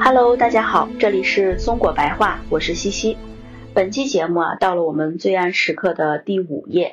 Hello， 大家好，这里是松果白话，我是西西。本期节目到了我们罪案时刻的第5页。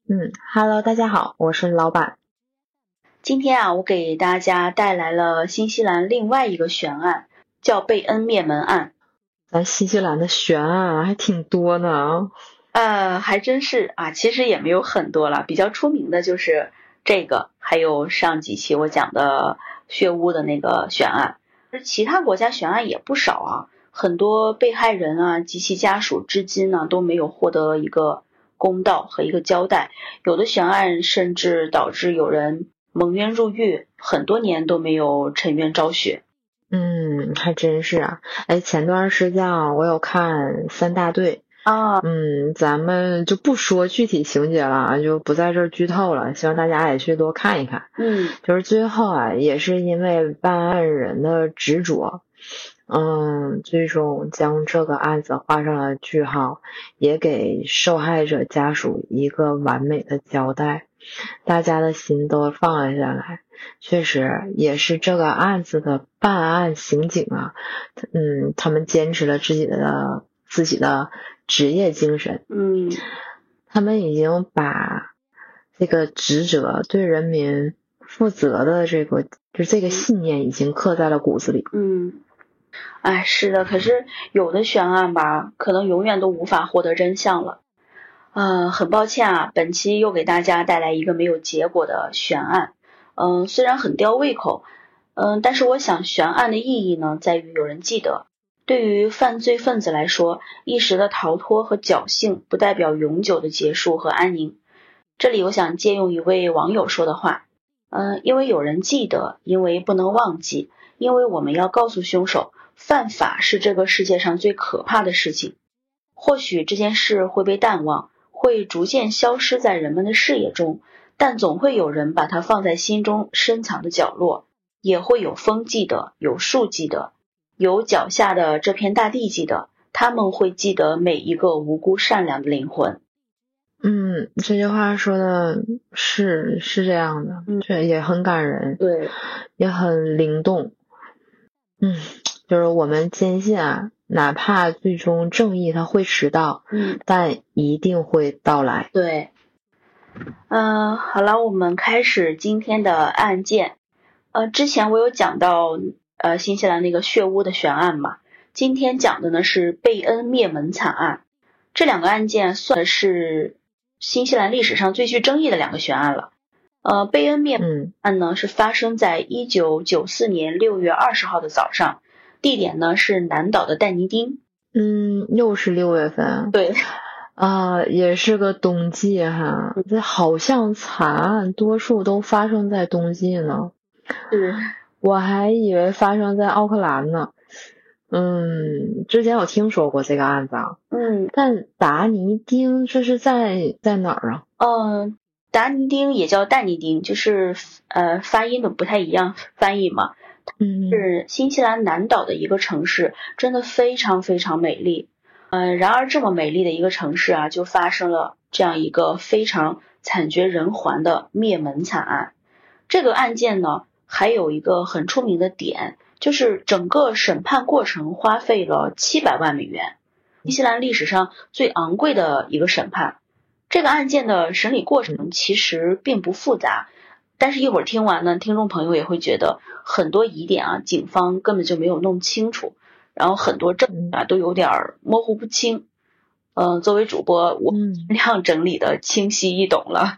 Hello， 大家好，我是老板。 今天我给大家带来了新西兰另外一个悬案，叫贝恩灭门案。 咱新西兰的悬案还挺多呢。 还真是其实也没有很多了，比较出名的就是这个，还有上几期我讲的血屋的那个悬案。其他国家悬案也不少很多被害人及其家属至今都没有获得一个公道和一个交代，有的悬案甚至导致有人蒙冤入狱，很多年都没有沉冤昭雪。 还真是前段时间我有看三大队咱们就不说具体情节了，就不在这儿剧透了，希望大家也去多看一看。就是最后也是因为办案人的执着，最终将这个案子画上了句号，也给受害者家属一个完美的交代，大家的心都放了下来。确实也是这个案子的办案刑警他们坚持了自己的职业精神，他们已经把这个职责对人民负责的这个信念已经刻在了骨子里。 是的，可是有的悬案可能永远都无法获得真相了。很抱歉本期又给大家带来一个没有结果的悬案。虽然很吊胃口，但是我想悬案的意义呢，在于有人记得。对于犯罪分子来说，一时的逃脱和侥幸不代表永久的结束和安宁。这里我想借用一位网友说的话，因为有人记得，因为不能忘记，因为我们要告诉凶手，犯法是这个世界上最可怕的事情。或许这件事会被淡忘，会逐渐消失在人们的视野中，但总会有人把它放在心中深藏的角落，也会有风记得，有树记得，有脚下的这片大地记得，他们会记得每一个无辜善良的灵魂。 这句话说的是这样的，这也很感人， 对， 也很灵动。就是我们坚信哪怕最终正义它会迟到，但一定会到来。 对。好了，我们开始今天的案件。之前我有讲到新西兰那个血屋的悬案嘛，今天讲的呢是贝恩灭门惨案。这两个案件算的是新西兰历史上最具争议的两个悬案了。贝恩灭门案呢是发生在1994年6月20号的早上，地点呢是南岛的戴尼丁。 又是6月份。 对。 也是个冬季这好像惨案多数都发生在冬季呢。我还以为发生在奥克兰呢。之前有听说过这个案子但达尼丁这是在哪儿达尼丁也叫戴尼丁，就是发音的不太一样翻译嘛。是新西兰南岛的一个城市，真的非常非常美丽。然而这么美丽的一个城市就发生了这样一个非常惨绝人寰的灭门惨案。这个案件呢还有一个很出名的点，就是整个审判过程花费了700万美元，新西兰历史上最昂贵的一个审判。这个案件的审理过程其实并不复杂，但是一会儿听完呢，听众朋友也会觉得很多疑点警方根本就没有弄清楚，然后很多证据都有点模糊不清。作为主播，我尽量整理的清晰易懂了。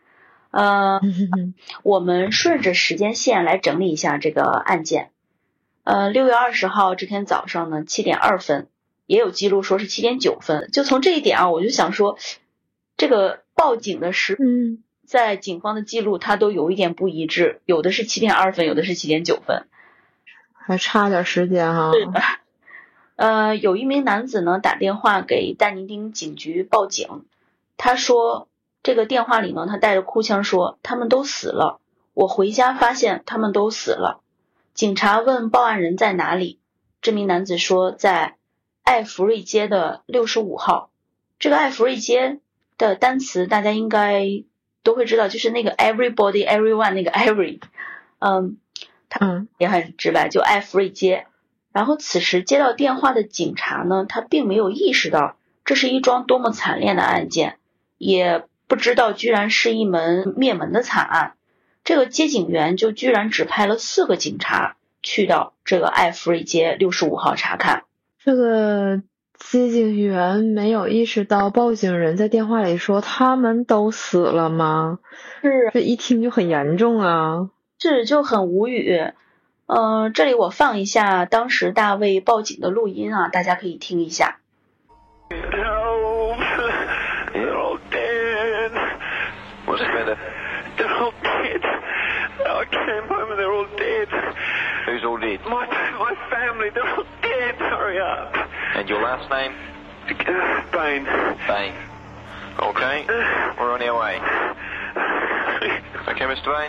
我们顺着时间线来整理一下这个案件。6月20号这天早上呢7点2分，也有记录说是7点9分。就从这一点我就想说，这个报警的时在警方的记录它都有一点不一致，有的是7点2分，有的是7点9分， 还差点时间是的。有一名男子呢打电话给戴尼丁警局报警，他说这个电话里呢他带着哭腔说他们都死了，我回家发现他们都死了。警察问报案人在哪里，这名男子说在艾弗瑞街的65号。这个艾弗瑞街的单词大家应该都会知道，就是那个 everybody everyone 那个 every，它也很直白，就艾弗瑞街。 然后此时接到电话的警察呢，他并没有意识到这是一桩多么惨烈的案件，也不知道居然是一门灭门的惨案。这个接警员就居然只派了4个警察去到这个艾弗瑞街65号查看。 这个接警员没有意识到报警人在电话里说他们都死了吗？ 是， 这一听就很严重啊。 是，就很无语。这里我放一下当时大卫报警的录音啊，大家可以听一下。 I came home and they're all dead. Who's all dead? My family, they're all dead. Hurry up. And your last name? Bain. Bain. Okay, we're on our way. Okay, Mr. Bain?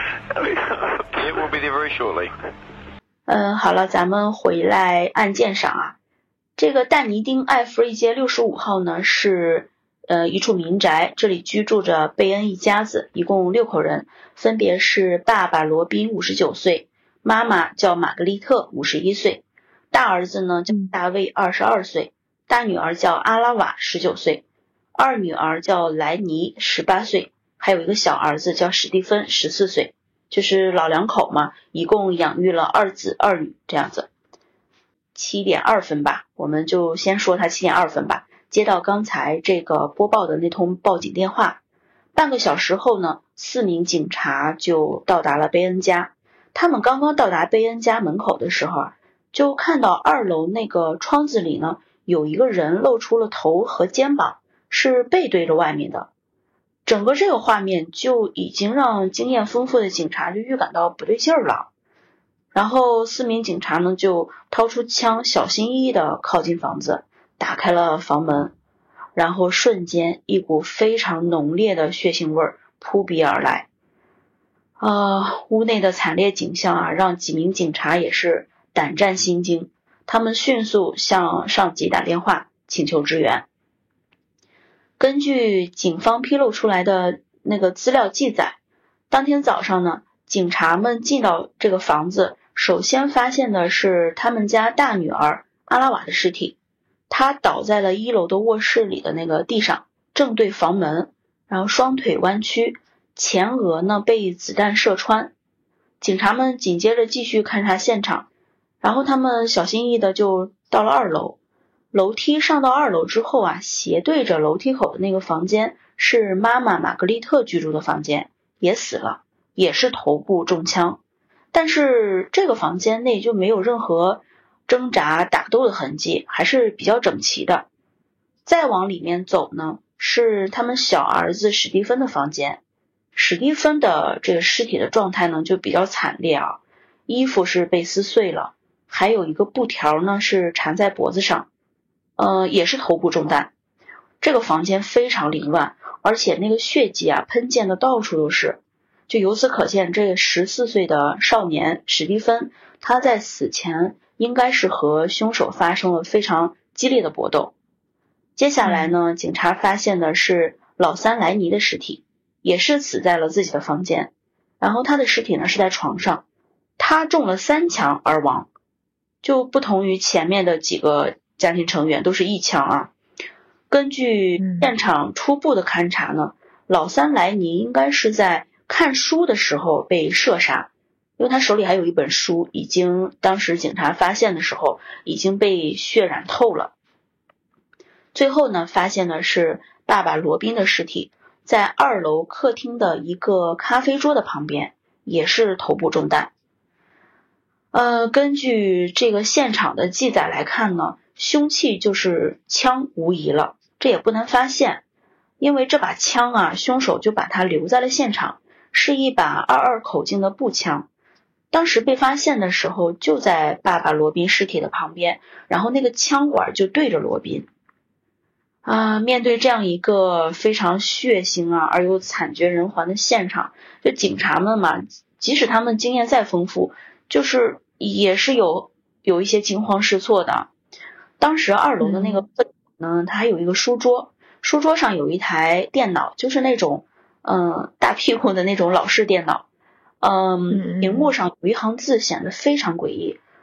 Yeah, we'll be there very shortly. 好了，咱们回来案件上啊。这个但尼丁艾弗瑞街65号呢是一处民宅，这里居住着贝恩一家子，一共6口人，分别是爸爸罗宾59岁，妈妈叫玛格丽特51岁，大儿子呢叫大卫22岁，大女儿叫阿拉瓦19岁，二女儿叫莱尼18岁，还有一个小儿子叫史蒂芬14岁，就是老两口嘛，一共养育了2子2女这样子。7.2分吧，我们就先说他7.2分吧。接到刚才这个播报的那通报警电话，半个小时后呢，4名警察就到达了贝恩家。他们刚刚到达贝恩家门口的时候啊，就看到2楼那个窗子里呢有一个人露出了头和肩膀，是背对着外面的。整个这个画面就已经让经验丰富的警察就预感到不对劲儿了。然后4名警察呢就掏出枪，小心翼翼地靠近房子，打开了房门，然后瞬间一股非常浓烈的血腥味扑鼻而来。屋内的惨烈景象啊，让几名警察也是胆战心惊，他们迅速向上级打电话请求支援。根据警方披露出来的那个资料记载，当天早上呢，警察们进到这个房子，首先发现的是他们家大女儿阿拉瓦的尸体，她倒在了1楼的卧室里的那个地上，正对房门，然后双腿弯曲，前额呢被子弹射穿。警察们紧接着继续勘察现场，然后他们小心翼翼的就到了2楼。楼梯上到2楼之后啊，斜对着楼梯口的那个房间是妈妈玛格丽特居住的房间，也死了，也是头部中枪。但是这个房间内就没有任何挣扎打斗的痕迹，还是比较整齐的。再往里面走呢，是他们小儿子史蒂芬的房间。史蒂芬的这个尸体的状态呢就比较惨烈啊，衣服是被撕碎了，还有一个布条呢是缠在脖子上，也是头部中弹。这个房间非常凌乱，而且那个血迹啊喷溅的到处都是。就由此可见，这个14岁的少年史蒂芬，他在死前应该是和凶手发生了非常激烈的搏斗。接下来呢，警察发现的是老三莱尼的尸体，也是死在了自己的房间，然后他的尸体呢是在床上，他中了3枪而亡，就不同于前面的几个家庭成员都是1枪啊。根据现场初步的勘查呢，老三莱尼应该是在看书的时候被射杀，因为他手里还有一本书，已经当时警察发现的时候已经被血染透了。最后呢，发现的是爸爸罗宾的尸体，在2楼客厅的一个咖啡桌的旁边，也是头部中弹。根据这个现场的记载来看呢，凶器就是枪无疑了，这也不难发现，因为这把枪啊，凶手就把它留在了现场，是一把22口径的步枪。当时被发现的时候就在爸爸罗宾尸体的旁边，然后那个枪管就对着罗宾。面对这样一个非常血腥而又惨绝人寰的现场，就警察们嘛，即使他们经验再丰富，就是也是有一些惊慌失措的。当时2楼的那个呢，它还有一个书桌，书桌上有一台电脑，就是那种大屁股的那种老式电脑，屏幕上有一行字显得非常诡异，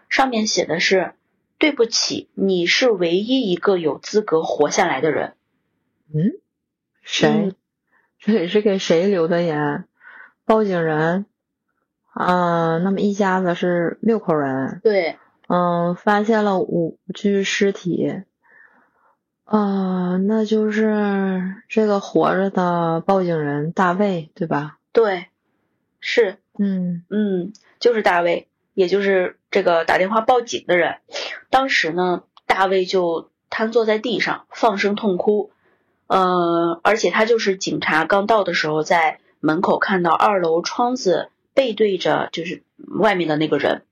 上面写的是对不起，你是唯一一个有资格活下来的人。 谁？这里是给谁留的言？报警人那么一家子是6口人。 对。 发现了5具尸体。那就是这个活着的报警人大卫，对吧？ 对，是。就是大卫，也就是这个打电话报警的人。当时呢，大卫就瘫坐在地上放声痛哭。而且他就是警察刚到的时候在门口看到2楼窗子背对着就是外面的那个人。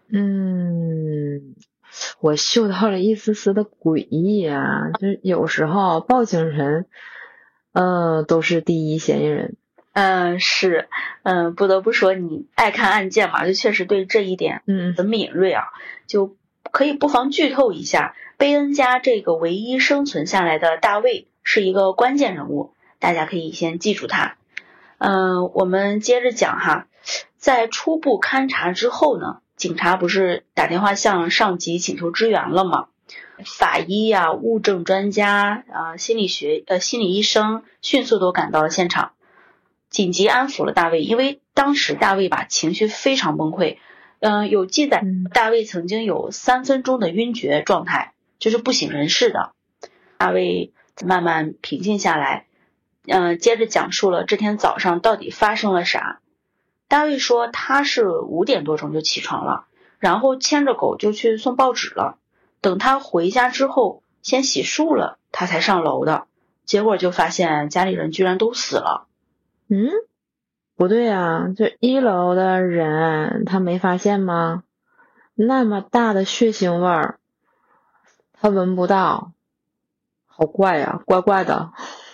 我嗅到了一丝丝的诡异啊，就是有时候报警人都是第一嫌疑人。 是。不得不说你爱看案件嘛，就确实对这一点很敏锐啊。就可以不妨剧透一下，贝恩家这个唯一生存下来的大卫是一个关键人物，大家可以先记住他。我们接着讲哈，在初步勘查之后呢，警察不是打电话向上级请求支援了吗？法医啊、物证专家心理医生迅速都赶到了现场，紧急安抚了大卫。因为当时大卫情绪非常崩溃。有记载大卫曾经有3分钟的晕厥状态，就是不省人事的。大卫慢慢平静下来，接着讲述了这天早上到底发生了啥。大卫说他是5点多钟就起床了，然后牵着狗就去送报纸了。等他回家之后先洗漱了，他才上楼的，结果就发现家里人居然都死了。 不对啊，这1楼的人他没发现吗？那么大的血腥味儿他闻不到，好怪呀，怪怪的。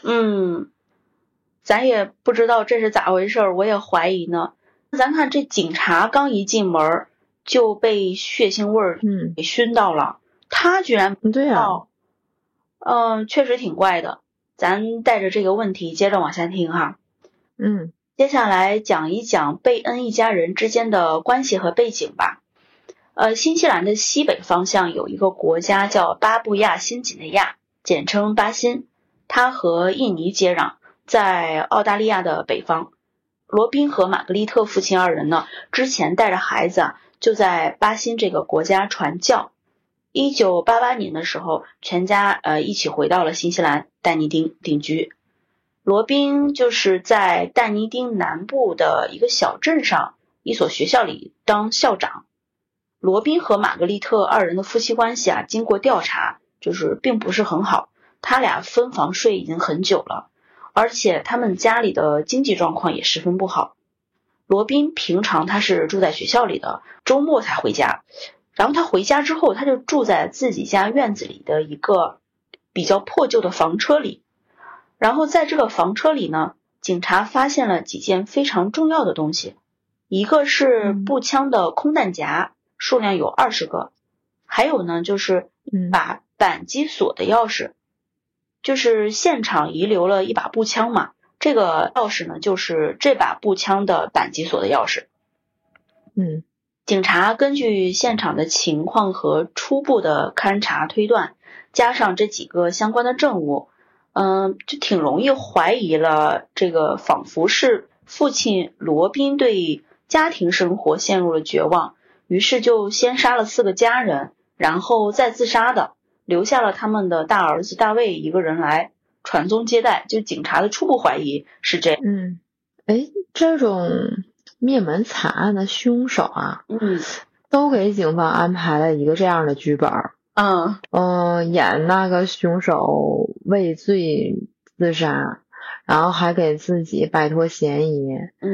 咱也不知道这是咋回事，我也怀疑呢。咱看这警察刚一进门就被血腥味儿给熏到了，他居然不知道。确实挺怪的。咱带着这个问题接着往下听哈。接下来讲一讲贝恩一家人之间的关系和背景吧。新西兰的西北方向有一个国家叫巴布亚新几内亚，简称巴新，它和印尼接壤，在澳大利亚的北方。罗宾和玛格丽特父亲2人呢，之前带着孩子就在巴新这个国家传教。1988年的时候，全家一起回到了新西兰但尼丁定居。罗宾就是在但尼丁南部的一个小镇上一所学校里当校长。罗宾和玛格丽特2人的夫妻关系经过调查就是并不是很好，他俩分房睡已经很久了，而且他们家里的经济状况也十分不好。罗宾平常他是住在学校里的，周末才回家，然后他回家之后他就住在自己家院子里的一个比较破旧的房车里。然后在这个房车里呢，警察发现了几件非常重要的东西。一个是步枪的空弹夹，数量有20个。还有呢，就是把扳机锁的钥匙。就是现场遗留了一把步枪嘛，这个钥匙呢，就是这把步枪的扳机锁的钥匙。警察根据现场的情况和初步的勘查推断，加上这几个相关的证物，就挺容易怀疑了，这个仿佛是父亲罗宾对家庭生活陷入了绝望，于是就先杀了4个家人，然后再自杀的，留下了他们的大儿子大卫一个人来传宗接代。就警察的初步怀疑是这样。 这种灭门惨案的凶手都给警方安排了一个这样的剧本。演那个凶手畏罪自杀，然后还给自己摆脱嫌疑。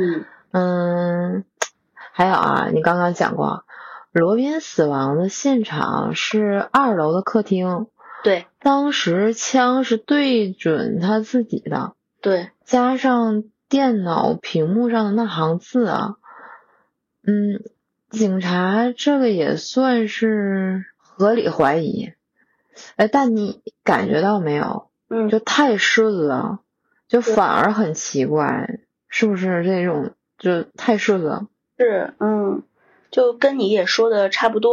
还有你刚刚讲过，罗宾死亡的现场是2楼的客厅。 对， 当时枪是对准他自己的。 对， 加上电脑屏幕上的那行字警察这个也算是合理怀疑。但你感觉到没有？就太顺了，就反而很奇怪，是不是这种就太顺了？ 是，就跟你也说的差不多。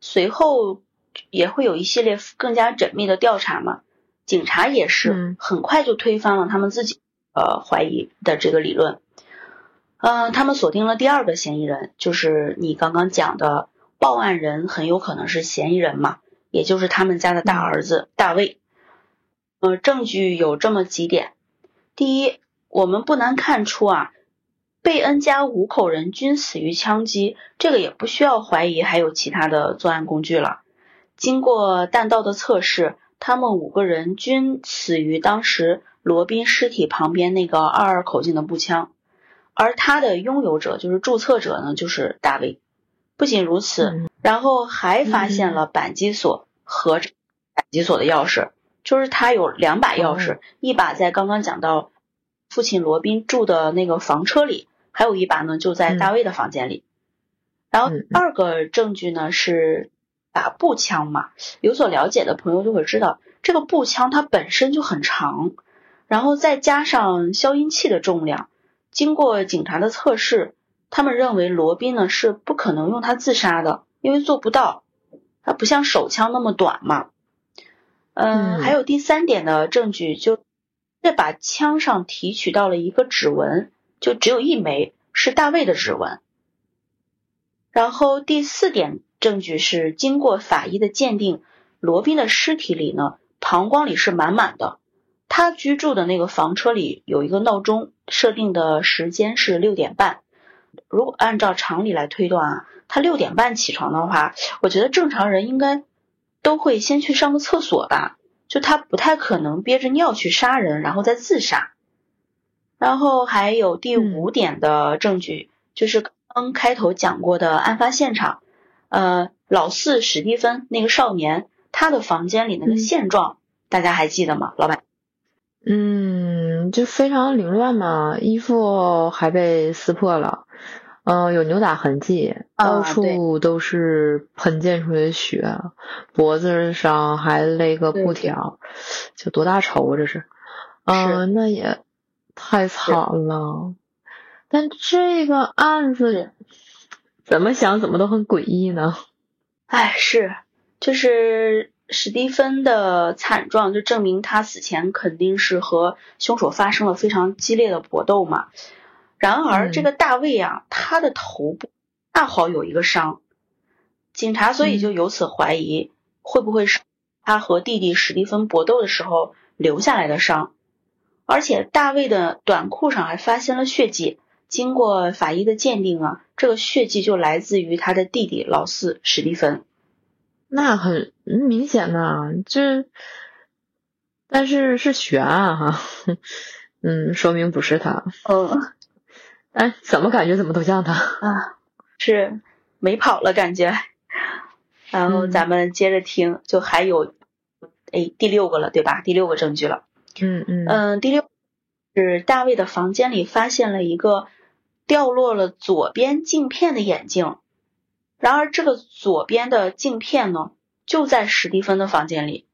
随后也会有一系列更加缜密的调查嘛，警察也是很快就推翻了他们自己怀疑的这个理论。他们锁定了第二个嫌疑人，就是你刚刚讲的报案人很有可能是嫌疑人嘛，也就是他们家的大儿子大卫。证据有这么几点。第一，我们不难看出啊，贝恩家5口人均死于枪击，这个也不需要怀疑还有其他的作案工具了。经过弹道的测试，他们5个人均死于当时罗宾尸体旁边那个22口径的步枪，而他的拥有者就是注册者呢，就是大卫。不仅如此，然后还发现了扳机锁和扳机锁的钥匙，就是他有2把钥匙，一把在刚刚讲到父亲罗宾住的那个房车里，还有一把呢就在大卫的房间里。然后第二个证据呢是把步枪嘛，有所了解的朋友就会知道，这个步枪它本身就很长，然后再加上消音器的重量，经过警察的测试，他们认为罗宾呢是不可能用它自杀的，因为做不到，它不像手枪那么短嘛。还有第3点的证据，就这把枪上提取到了一个指纹，就只有1枚，是大卫的指纹。然后第4点证据是经过法医的鉴定，罗宾的尸体里呢，膀胱里是满满的。他居住的那个房车里有一个闹钟，设定的时间是6点半。如果按照常理来推断啊，他6点半起床的话，我觉得正常人应该都会先去上个厕所吧，就他不太可能憋着尿去杀人然后再自杀。然后还有第5点的证据，就是刚刚开头讲过的案发现场，老四史蒂芬那个少年，他的房间里那个现状，大家还记得吗，老板？ 就非常凌乱嘛，衣服还被撕破了，有扭打痕迹，到处都是喷溅出来的血，脖子上还勒个布条，就多大仇啊这是。那也太惨了。但这个案子怎么想怎么都很诡异呢。 就是史蒂芬的惨状就证明他死前肯定是和凶手发生了非常激烈的搏斗嘛。然而这个大卫啊，他的头部恰好有一个伤，警察所以就由此怀疑会不会是他和弟弟史蒂芬搏斗的时候留下来的伤。而且大卫的短裤上还发现了血迹，经过法医的鉴定啊，这个血迹就来自于他的弟弟老四史蒂芬。 那很明显呐，但是是血案哈，说明不是他。怎么感觉怎么都像他啊？是没跑了感觉。然后咱们接着听，就还有第6个了，对吧？第6个证据了。第6是大卫的房间里发现了一个掉落了左边镜片的眼镜，然而这个左边的镜片呢，就在史蒂芬的房间里。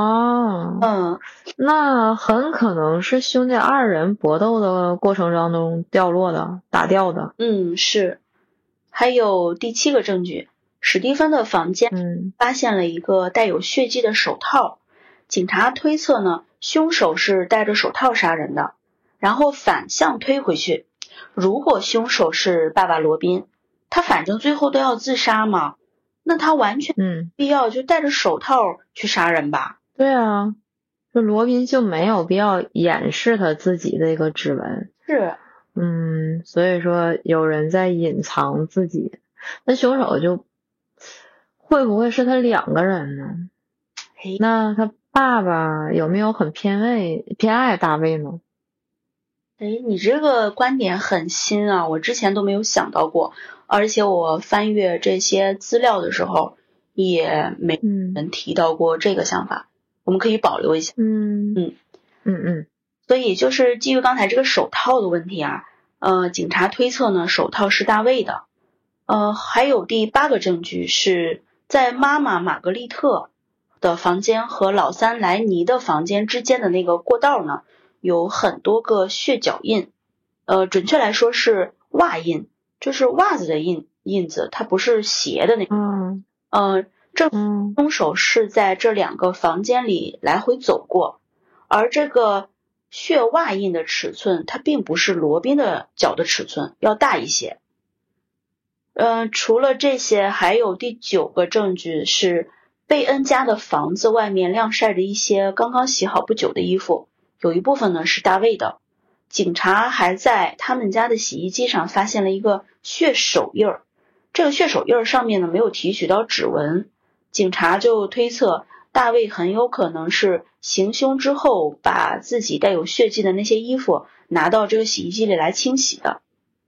那很可能是兄弟2人搏斗的过程当中掉落的，打掉的。 是。还有第7个证据，史蒂芬的房间发现了一个带有血迹的手套，警察推测呢，凶手是戴着手套杀人的，然后反向推回去，如果凶手是爸爸罗宾，他反正最后都要自杀嘛，那他完全必要就戴着手套去杀人吧。 对啊，就罗宾就没有必要掩饰他自己的一个指纹。 是。 所以说有人在隐藏自己，那凶手就会不会是他2个人呢？那他爸爸有没有很偏爱大卫呢？ 你这个观点很新啊，我之前都没有想到过，而且我翻阅这些资料的时候也没人提到过这个想法，我们可以保留一下。所以就是基于刚才这个手套的问题啊，警察推测呢，手套是大卫的。还有第8个证据是在妈妈玛格丽特的房间和老三莱尼的房间之间的那个过道呢，有很多个血脚印，准确来说是袜印，就是袜子的印子，它不是鞋的那个。 这凶手是在这2个房间里来回走过，而这个血袜印的尺寸它并不是罗宾的脚的尺寸，要大一些。除了这些，还有第9个证据是贝恩家的房子外面晾晒着一些刚刚洗好不久的衣服，有一部分呢是大卫的。警察还在他们家的洗衣机上发现了一个血手印儿，这个血手印儿上面呢没有提取到指纹，警察就推测大卫很有可能是行凶之后把自己带有血迹的那些衣服拿到这个洗衣机里来清洗的。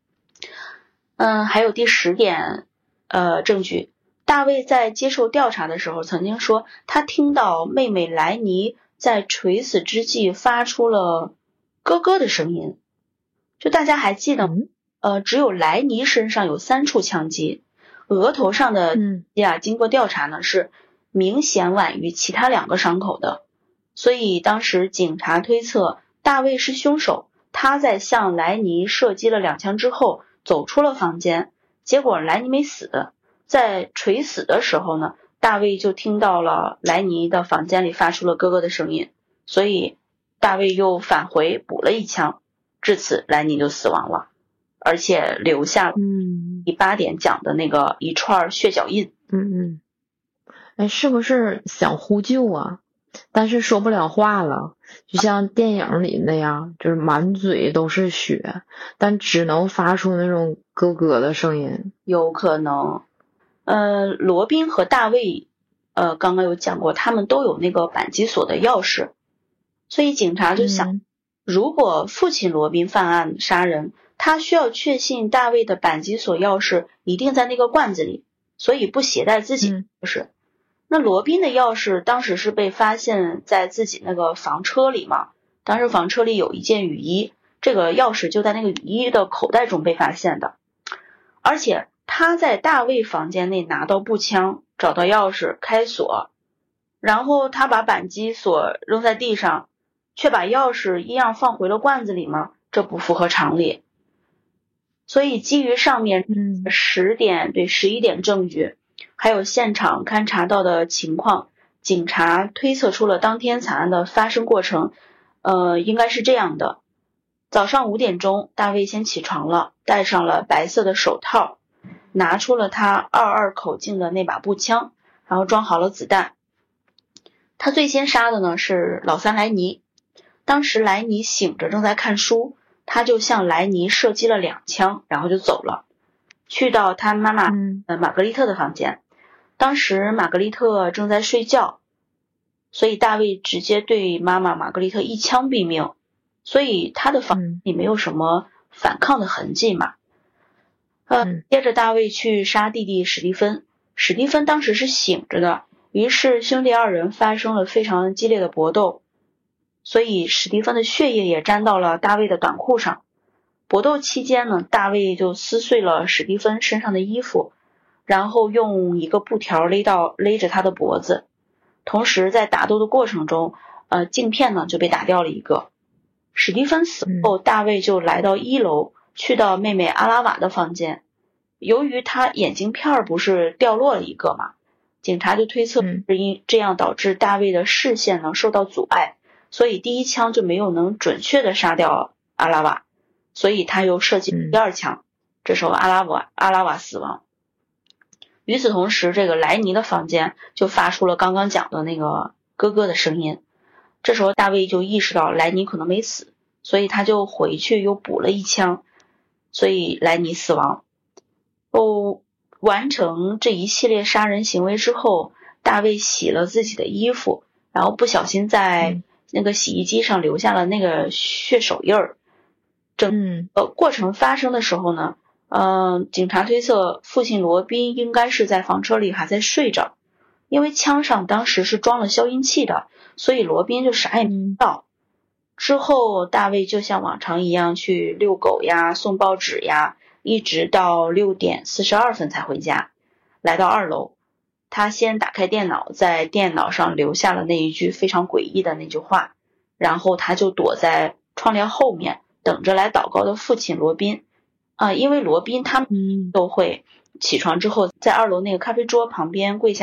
还有第10点证据，大卫在接受调查的时候曾经说他听到妹妹莱尼在垂死之际发出了咯咯的声音。就大家还记得只有莱尼身上有3处枪击，额头上的经过调查呢是明显晚于其他2个伤口的，所以当时警察推测大卫是凶手，他在向莱尼射击了2枪之后走出了房间，结果莱尼没死，在垂死的时候呢，大卫就听到了莱尼的房间里发出了咯咯的声音，所以大卫又返回补了1枪，至此莱尼就死亡了，而且留下了第8点讲的那个一串血脚印。 是不是想呼救啊？但是说不了话了，就像电影里那样，就是满嘴都是血，但只能发出那种咯咯的声音。 有可能。罗宾和大卫刚刚有讲过，他们都有那个扳机锁的钥匙，所以警察就想，如果父亲罗宾犯案杀人，他需要确信大卫的扳机锁钥匙一定在那个罐子里，所以不携带自己的钥匙。那罗宾的钥匙当时是被发现在自己那个房车里嘛，当时房车里有一件雨衣，这个钥匙就在那个雨衣的口袋中被发现的。而且他在大卫房间内拿到步枪，找到钥匙开锁，然后他把扳机锁扔在地上，却把钥匙一样放回了罐子里吗？这不符合常理。所以基于上面10点对11点证据，还有现场勘察到的情况，警察推测出了当天惨案的发生过程。应该是这样的：早上5点钟，大卫先起床了，戴上了白色的手套，拿出了他22口径的那把步枪，然后装好了子弹。他最先杀的呢是老三莱尼。当时莱尼醒着正在看书，他就向莱尼射击了2枪，然后就走了，去到他妈妈玛格丽特的房间。当时玛格丽特正在睡觉，所以大卫直接对妈妈玛格丽特1枪毙命，所以他的房间里没有什么反抗的痕迹嘛。接着大卫去杀弟弟史蒂芬，史蒂芬当时是醒着的，于是兄弟2人发生了非常激烈的搏斗，所以史蒂芬的血液也沾到了大卫的短裤上。搏斗期间呢，大卫就撕碎了史蒂芬身上的衣服，然后用一个布条勒着他的脖子。同时在打斗的过程中镜片呢就被打掉了一个。史蒂芬死后，大卫就来到1楼，去到妹妹阿拉瓦的房间。由于他眼镜片不是掉落了一个嘛，警察就推测是因这样导致大卫的视线呢受到阻碍，所以第1枪就没有能准确的杀掉阿拉瓦，所以他又射击第2枪，这时候阿拉瓦死亡。与此同时，这个莱尼的房间就发出了刚刚讲的那个咯咯的声音。这时候大卫就意识到莱尼可能没死，所以他就回去又补了1枪，所以莱尼死亡。完成这一系列杀人行为之后，大卫洗了自己的衣服，然后不小心在那个洗衣机上留下了那个血手印儿。过程发生的时候呢，警察推测父亲罗宾应该是在房车里还在睡着，因为枪上当时是装了消音器的，所以罗宾就啥也没知道。之后大卫就像往常一样去遛狗呀，送报纸呀，一直到6点42分才回家。来到2楼，他先打开电脑，在电脑上留下了那一句非常诡异的那句话，然后他就躲在窗帘后面等着来祷告的父亲罗宾。因为罗宾他们都会起床之后在2楼那个咖啡桌旁边跪下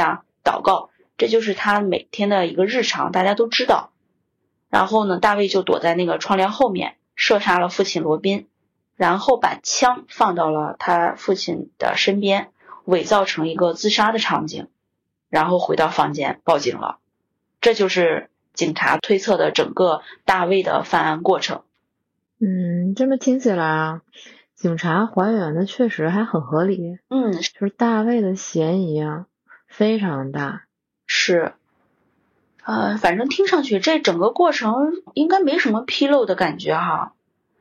祷告，这就是他每天的一个日常，大家都知道。然后呢，大卫就躲在那个窗帘后面射杀了父亲罗宾，然后把枪放到了他父亲的身边，伪造成一个自杀的场景，然后回到房间报警了。这就是警察推测的整个大卫的犯案过程。 这么听起来啊，警察还原的确实还很合理。就是大卫的嫌疑啊非常大。 是反正听上去这整个过程应该没什么纰漏的感觉哈。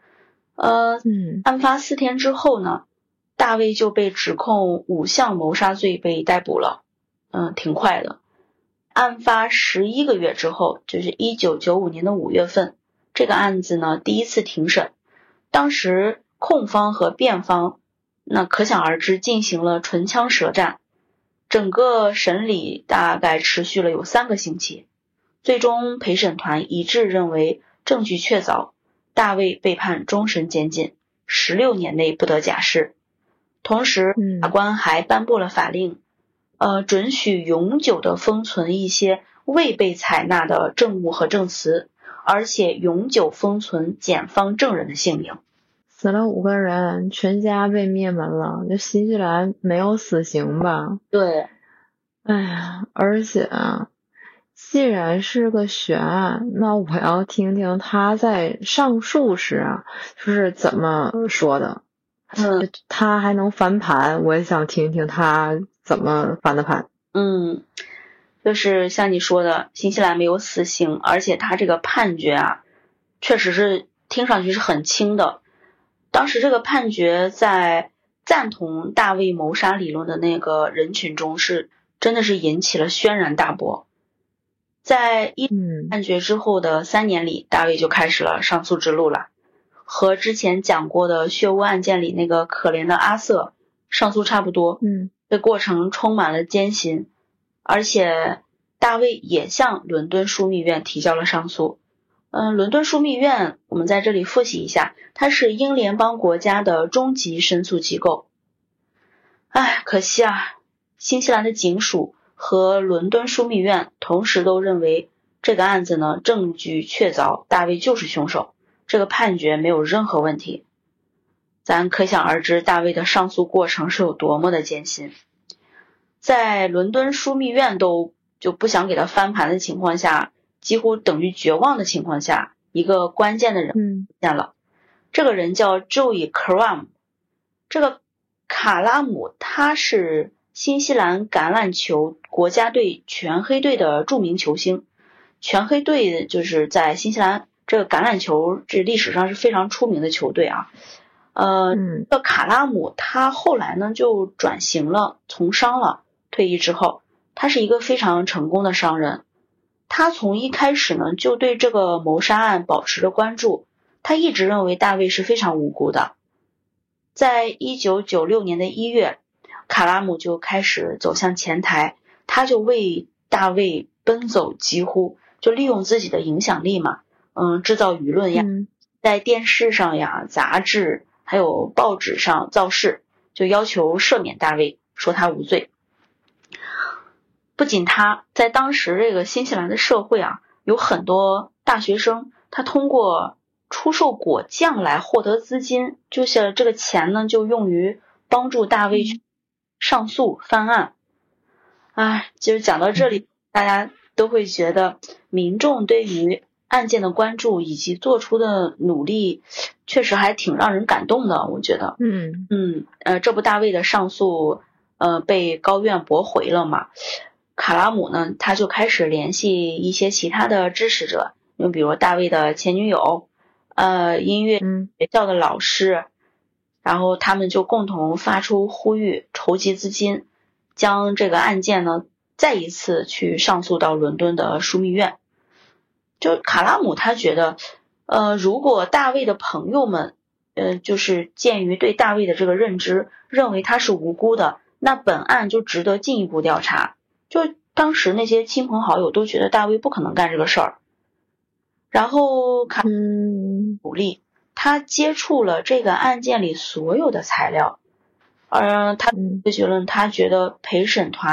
案发4天之后呢，大卫就被指控5项谋杀罪被逮捕了。挺快的。案发11个月之后，就是1995年的5月份，这个案子呢第一次庭审。当时控方和辩方那可想而知进行了唇枪舌战，整个审理大概持续了有3个星期。最终陪审团一致认为证据确凿，大卫被判终身监禁，16年内不得假释。同时法官还颁布了法令，准许永久的封存一些未被采纳的证物和证词，而且永久封存检方证人的姓名。 死了5个人，全家被灭门了，这新西兰没有死刑吧？ 对。 哎呀，而且啊，既然是个悬案，那我要听听他在上诉时啊，就是怎么说的。他还能翻盘，我也想听听他怎么翻的盘。 就是像你说的，新西兰没有死刑，而且他这个判决啊，确实是听上去是很轻的。当时这个判决在赞同大卫谋杀理论的那个人群中真的是引起了轩然大波。在判决之后的3年里，大卫就开始了上诉之路了。和之前讲过的血污案件里那个可怜的阿瑟上诉差不多。这过程充满了艰辛，而且大卫也向伦敦枢密院提交了上诉。伦敦枢密院我们在这里复习一下，它是英联邦国家的中级申诉机构。可惜啊，新西兰的警署和伦敦枢密院同时都认为这个案子呢证据确凿，大卫就是凶手，这个判决没有任何问题。咱可想而知大卫的上诉过程是有多么的艰辛。在伦敦枢密院都就不想给他翻盘的情况下，几乎等于绝望的情况下，一个关键的人出现了。这个人叫 Joey Cram。 这个卡拉姆他是新西兰橄榄球国家队全黑队的著名球星。全黑队就是在新西兰这个橄榄球这历史上是非常出名的球队啊。这卡拉姆他后来呢就转型了，从商了，退役之后他是一个非常成功的商人。他从一开始呢就对这个谋杀案保持着关注，他一直认为大卫是非常无辜的。在1996年的1月，卡拉姆就开始走向前台，他就为大卫奔走疾呼，就利用自己的影响力嘛，制造舆论呀，在电视上呀、杂志还有报纸上造势，就要求赦免大卫，说他无罪。不仅他，在当时这个新西兰的社会啊，有很多大学生他通过出售果酱来获得资金，就是这个钱呢就用于帮助大卫上诉翻案。就是讲到这里，大家都会觉得民众对于案件的关注以及做出的努力确实还挺让人感动的，我觉得。这不大卫的上诉被高院驳回了嘛，卡拉姆呢他就开始联系一些其他的支持者，就比如大卫的前女友，音乐学校的老师，然后他们就共同发出呼吁，筹集资金，将这个案件呢再一次去上诉到伦敦的枢密院。就卡拉姆他觉得如果大卫的朋友们就是鉴于对大卫的这个认知，认为他是无辜的，那本案就值得进一步调查。就当时那些亲朋好友都觉得大卫不可能干这个事儿。然后卡拉姆努力，他接触了这个案件里所有的材料，他结论他觉得陪审团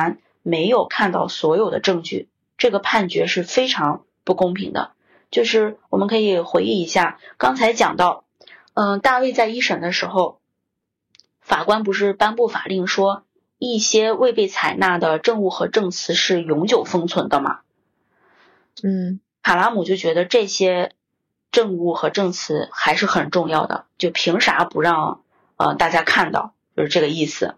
没有看到所有的证据，这个判决是非常不公平的。就是我们可以回忆一下，刚才讲到大卫在一审的时候，法官不是颁布法令说一些未被采纳的证物和证词是永久封存的吗？卡拉姆就觉得这些证物和证词还是很重要的，就凭啥不让大家看到，就是这个意思。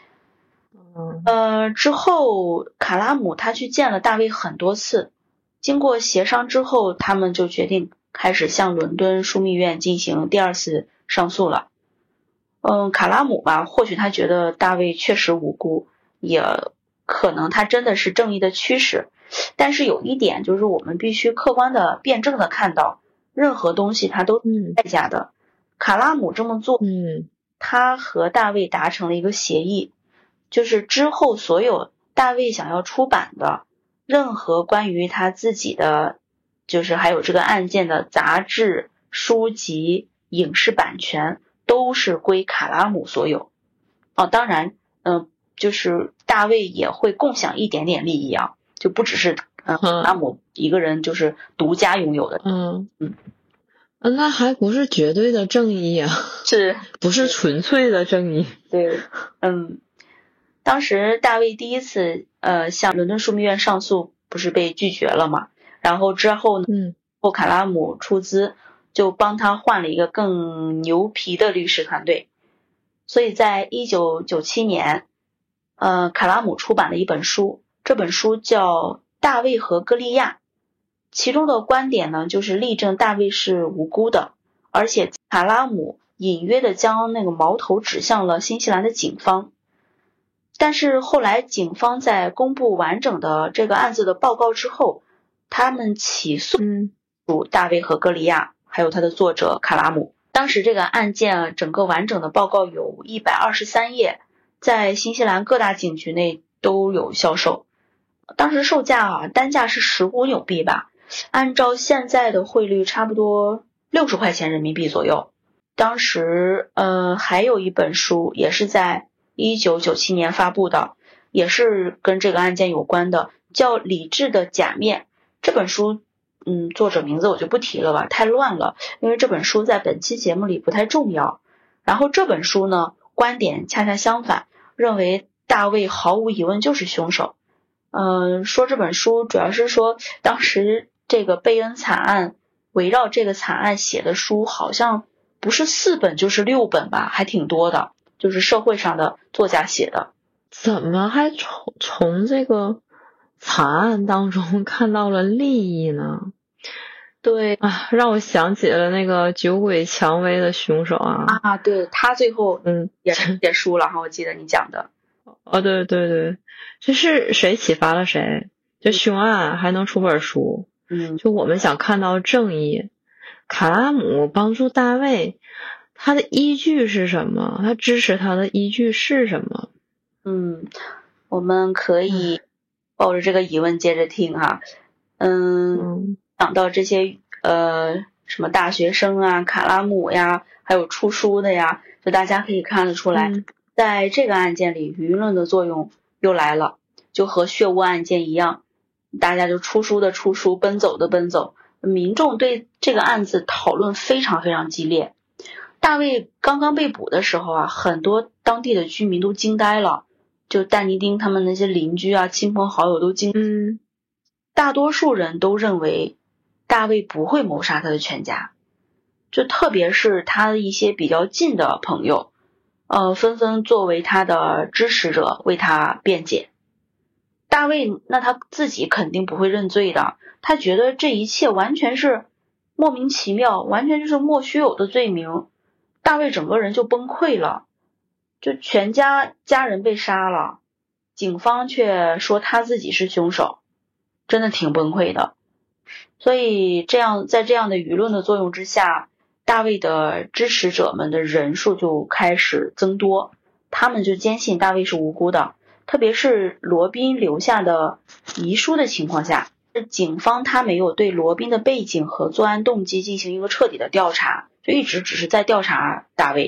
之后卡拉姆他去见了大卫很多次，经过协商之后，他们就决定开始向伦敦枢密院进行第二次上诉了。卡拉姆吧，或许他觉得大卫确实无辜，也可能他真的是正义的驱使，但是有一点就是我们必须客观的辩证的看到，任何东西它都是代价的。卡拉姆这么做，他和大卫达成了一个协议，就是之后所有大卫想要出版的任何关于他自己的，就是还有这个案件的杂志、书籍、影视版权都是归卡拉姆所有。当然就是大卫也会共享一点点利益啊，就不只是卡拉姆一个人就是独家拥有的。 那还不是绝对的正义啊， 是不是纯粹的正义？ 对，当时大卫第一次向伦敦枢密院上诉，不是被拒绝了嘛？然后之后呢，卡拉姆出资就帮他换了一个更牛皮的律师团队。所以在1997年，卡拉姆出版了一本书，这本书叫《大卫和歌利亚》，其中的观点呢，就是力证大卫是无辜的，而且卡拉姆隐约的将那个矛头指向了新西兰的警方。但是后来警方在公布完整的这个案子的报告之后，他们起诉大卫和歌利亚还有他的作者卡拉姆。当时这个案件整个完整的报告有123页，在新西兰各大警局内都有销售。当时售价单价是15纽币吧，按照现在的汇率差不多60块钱人民币左右。当时还有一本书也是在1997年发布的，也是跟这个案件有关的，叫《理智的假面》。这本书作者名字我就不提了吧，太乱了，因为这本书在本期节目里不太重要。然后这本书呢，观点恰恰相反，认为大卫毫无疑问就是凶手。说这本书主要是说当时这个贝恩惨案，围绕这个惨案写的书好像不是4本就是6本吧，还挺多的，就是社会上的作家写的。 怎么还从这个惨案当中看到了利益呢？ 对啊，让我想起了那个酒鬼蔷薇的凶手啊。 对，他最后也写书了哈，我记得你讲的。 对对对，这是谁启发了谁？这凶案还能出本书？就我们想看到正义。卡拉姆帮助大卫，他的依据是什么？他支持他的依据是什么？ 我们可以抱着这个疑问接着听哈。讲到这些什么大学生啊、卡拉姆呀，还有出书的呀，就大家可以看得出来，在这个案件里舆论的作用又来了，就和血污案件一样，大家就出书的出书，奔走的奔走，民众对这个案子讨论非常非常激烈。大卫刚刚被捕的时候很多当地的居民都惊呆了，就但尼丁他们那些邻居亲朋好友都惊。大多数人都认为大卫不会谋杀他的全家，就特别是他的一些比较近的朋友，纷纷作为他的支持者为他辩解。大卫那他自己肯定不会认罪的，他觉得这一切完全是莫名其妙，完全就是莫须有的罪名。大卫整个人就崩溃了，就全家人被杀了，警方却说他自己是凶手，真的挺崩溃的。所以在这样的舆论的作用之下，大卫的支持者们的人数就开始增多，他们就坚信大卫是无辜的。特别是罗宾留下的遗书的情况下，警方他没有对罗宾的背景和作案动机进行一个彻底的调查，就一直只是在调查大卫。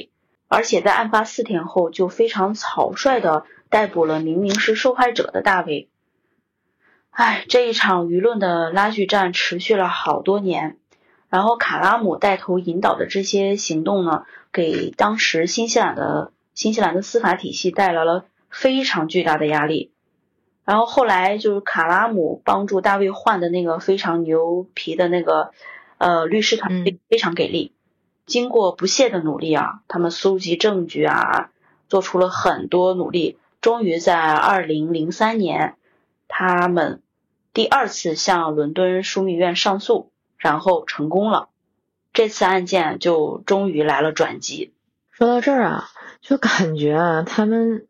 而且在案发4天后就非常草率地逮捕了明明是受害者的大卫。这一场舆论的拉锯战持续了好多年，然后卡拉姆带头引导的这些行动呢，给当时新西兰的司法体系带来了非常巨大的压力。然后后来就是卡拉姆帮助大卫换的那个非常牛皮的那个律师团队非常给力，经过不懈的努力啊，他们搜集证据啊，做出了很多努力，终于在2003年他们第2次向伦敦枢密院上诉，然后成功了。这次案件就终于来了转机。 说到这儿啊，就感觉啊，他们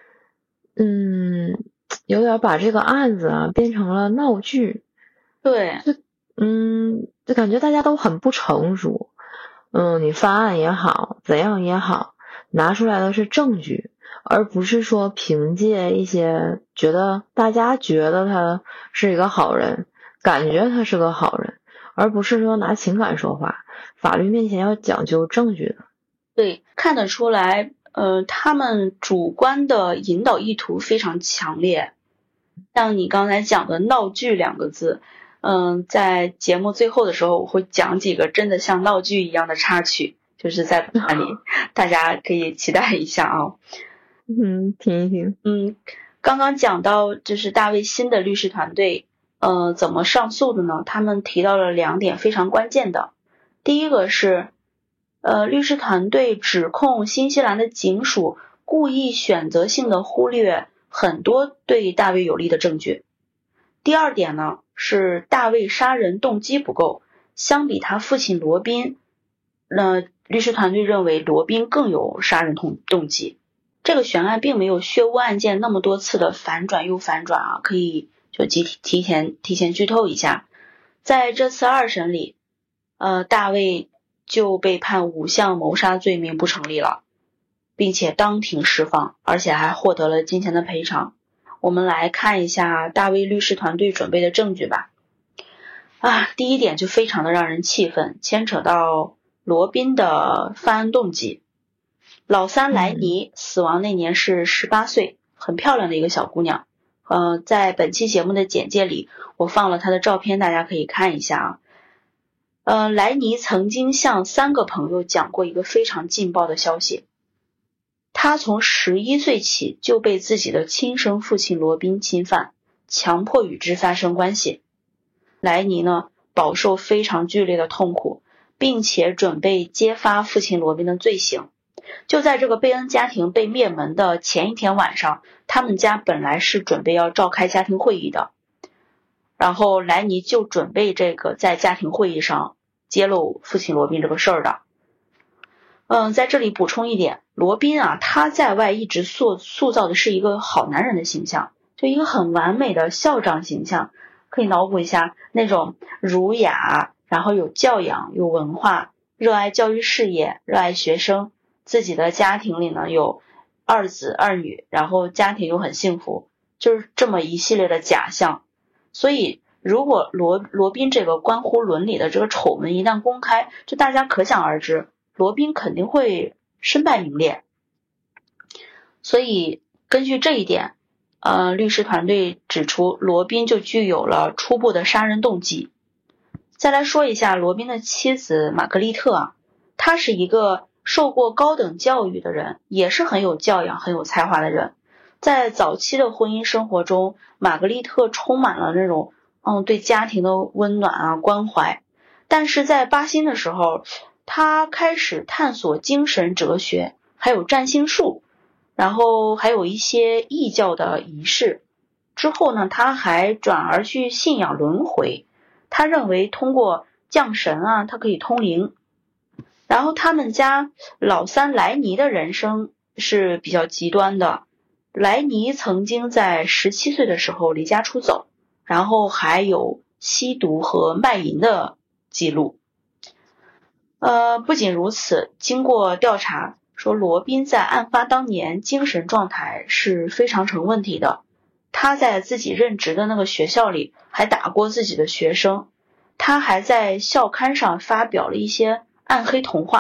有点把这个案子啊变成了闹剧。 对， 就感觉大家都很不成熟。你翻案也好，怎样也好，拿出来的是证据，而不是说凭借一些大家觉得他是一个好人，感觉他是个好人，而不是说拿情感说话。法律面前要讲究证据的。 对，看得出来他们主观的引导意图非常强烈。像你刚才讲的闹剧2个字，在节目最后的时候我会讲几个真的像闹剧一样的插曲，就是在那里大家可以期待一下啊。 听一听。 刚刚讲到就是大卫新的律师团队怎么上诉的呢？他们提到了2点非常关键的。第一个是律师团队指控新西兰的警署故意选择性的忽略很多对大卫有利的证据。第2点呢，是大卫杀人动机不够，相比他父亲罗宾，律师团队认为罗宾更有杀人动机。这个悬案并没有血污案件那么多次的反转又反转啊，可以就提前剧透一下。在这次2审里，大卫就被判5项谋杀罪名不成立了，并且当庭释放，而且还获得了金钱的赔偿。我们来看一下大卫律师团队准备的证据吧。第一点就非常的让人气愤，牵扯到罗宾的犯案动机。老三莱尼死亡那年是18岁，很漂亮的一个小姑娘。在本期节目的简介里我放了她的照片，大家可以看一下啊。莱尼曾经向3个朋友讲过一个非常劲爆的消息，他从11岁起就被自己的亲生父亲罗宾侵犯，强迫与之发生关系。莱尼呢，饱受非常剧烈的痛苦，并且准备揭发父亲罗宾的罪行。就在这个贝恩家庭被灭门的前一天晚上，他们家本来是准备要召开家庭会议的，然后莱尼就准备在家庭会议上揭露父亲罗宾这个事儿的。在这里补充一点，罗宾啊，他在外一直塑造的是一个好男人的形象，就一个很完美的校长形象。可以脑补一下那种儒雅，然后有教养，有文化，热爱教育事业，热爱学生，自己的家庭里呢有2子2女，然后家庭又很幸福，就是这么一系列的假象。所以如果罗宾这个关乎伦理的这个丑闻一旦公开，就大家可想而知，罗宾肯定会身败名裂。所以根据这一点，律师团队指出罗宾就具有了初步的杀人动机。再来说一下罗宾的妻子玛格丽特啊，她是一个受过高等教育的人，也是很有教养很有才华的人。在早期的婚姻生活中，玛格丽特充满了那种对家庭的温暖啊关怀。但是在巴辛的时候，她开始探索精神哲学，还有占星术，然后还有一些异教的仪式。之后呢，他还转而去信仰轮回，他认为通过降神啊，他可以通灵。然后他们家老三莱尼的人生是比较极端的，莱尼曾经在17岁的时候离家出走，然后还有吸毒和卖淫的记录。不仅如此，经过调查说罗宾在案发当年精神状态是非常成问题的，他在自己任职的那个学校里还打过自己的学生，他还在校刊上发表了一些暗黑童话，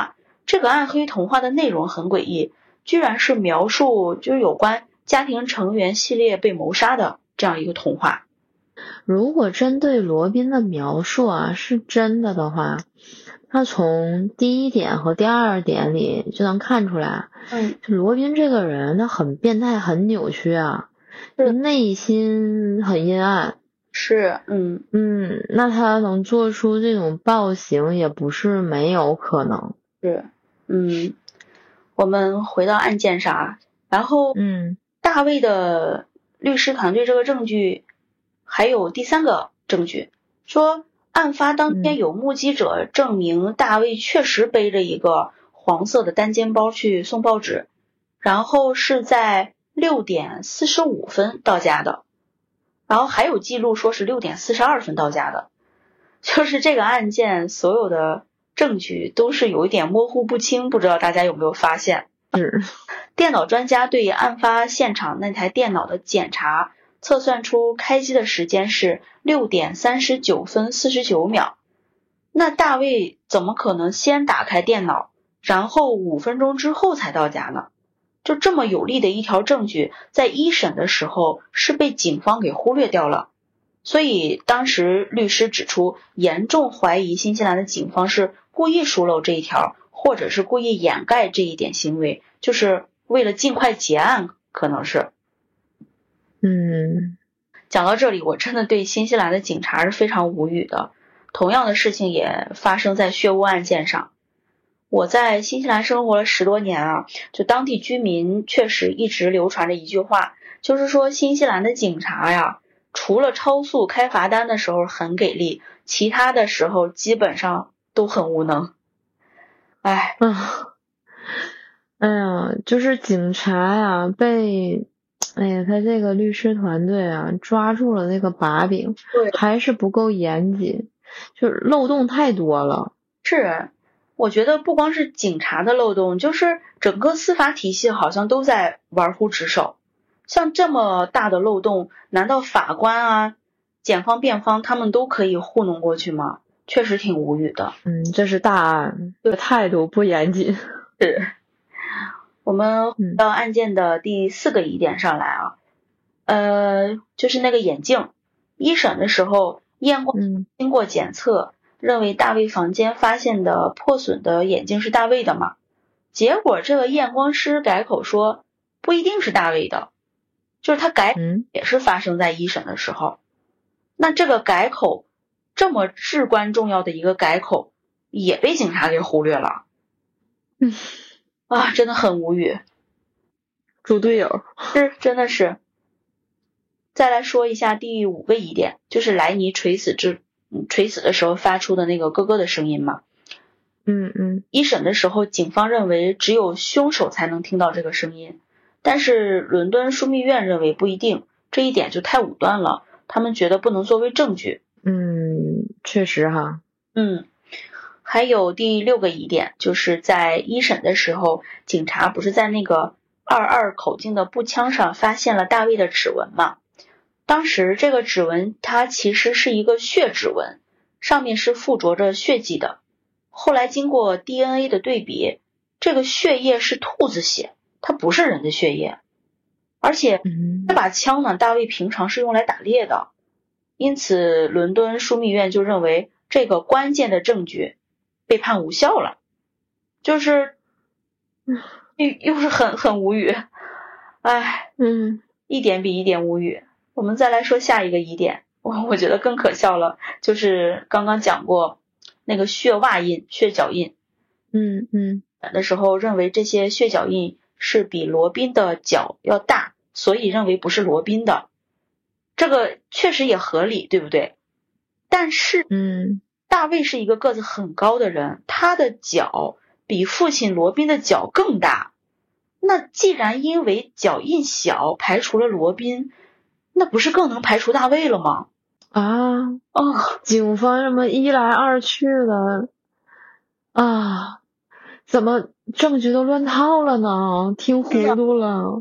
这个暗黑童话的内容很诡异，居然是描述就是有关家庭成员系列被谋杀的这样一个童话。 如果针对罗宾的描述啊是真的的话，那从第一点和第二点里就能看出来，就罗宾这个人他很变态很扭曲啊，就内心很阴暗。 是， 那他能做出这种暴行也不是没有可能。 是，我们回到案件上，然后大卫的律师团队这个证据还有第三个证据，说案发当天有目击者证明大卫确实背着一个黄色的单肩包去送报纸，然后是在6点45分到家的，然后还有记录说是6点42分到家的。就是这个案件所有的证据都是有一点模糊不清，不知道大家有没有发现。电脑专家对案发现场那台电脑的检查测算出开机的时间是6点39分49秒。那大卫怎么可能先打开电脑，然后5分钟之后才到家呢？就这么有力的一条证据，在一审的时候是被警方给忽略掉了。所以当时律师指出，严重怀疑新西兰的警方是故意疏漏这一条，或者是故意掩盖这一点行为，就是为了尽快结案，可能是。讲到这里，我真的对新西兰的警察是非常无语的。同样的事情也发生在血污案件上。我在新西兰生活了10多年啊，就当地居民确实一直流传着一句话，就是说新西兰的警察呀，除了超速开罚单的时候很给力，其他的时候基本上都很无能。 就是警察呀他这个律师团队啊抓住了那个把柄，还是不够严谨，就是漏洞太多了。 是，我觉得不光是警察的漏洞，就是整个司法体系好像都在玩忽职守。像这么大的漏洞，难道法官啊、检方、辩方他们都可以糊弄过去吗？确实挺无语的。 这是大案，态度不严谨。 是。我们回到案件的第4个疑点上来啊，就是那个眼镜。一审的时候，验光经过检测，认为大卫房间发现的破损的眼镜是大卫的嘛？结果这个验光师改口说不一定是大卫的，就是他改也是发生在一审的时候。那这个改口这么至关重要的一个改口也被警察给忽略了。真的很无语。 猪队友。 真的是。再来说一下第5个疑点，就是莱尼垂死的时候发出的那个咯咯的声音嘛。一审的时候，警方认为只有凶手才能听到这个声音，但是伦敦枢密院认为不一定，这一点就太武断了，他们觉得不能作为证据。 确实哈。 还有第6个疑点，就是在一审的时候，警察不是在那个22口径的步枪上发现了大卫的指纹嘛？当时这个指纹它其实是一个血指纹，上面是附着着血迹的。后来经过 DNA 的对比，这个血液是兔子血，它不是人的血液。而且这把枪呢，大卫平常是用来打猎的，因此伦敦枢密院就认为这个关键的证据被判无效了。就是又是很无语。一点比一点无语。我们再来说下一个疑点，我觉得更可笑了，就是刚刚讲过那个血袜印、血脚印。的时候认为这些血脚印是比罗宾的脚要大，所以认为不是罗宾的。这个确实也合理，对不对？但是大卫是一个个子很高的人，他的脚比父亲罗宾的脚更大。那既然因为脚印小排除了罗宾，那不是更能排除大卫了吗？ 警方这么一来二去的怎么证据都乱套了呢？听糊涂了。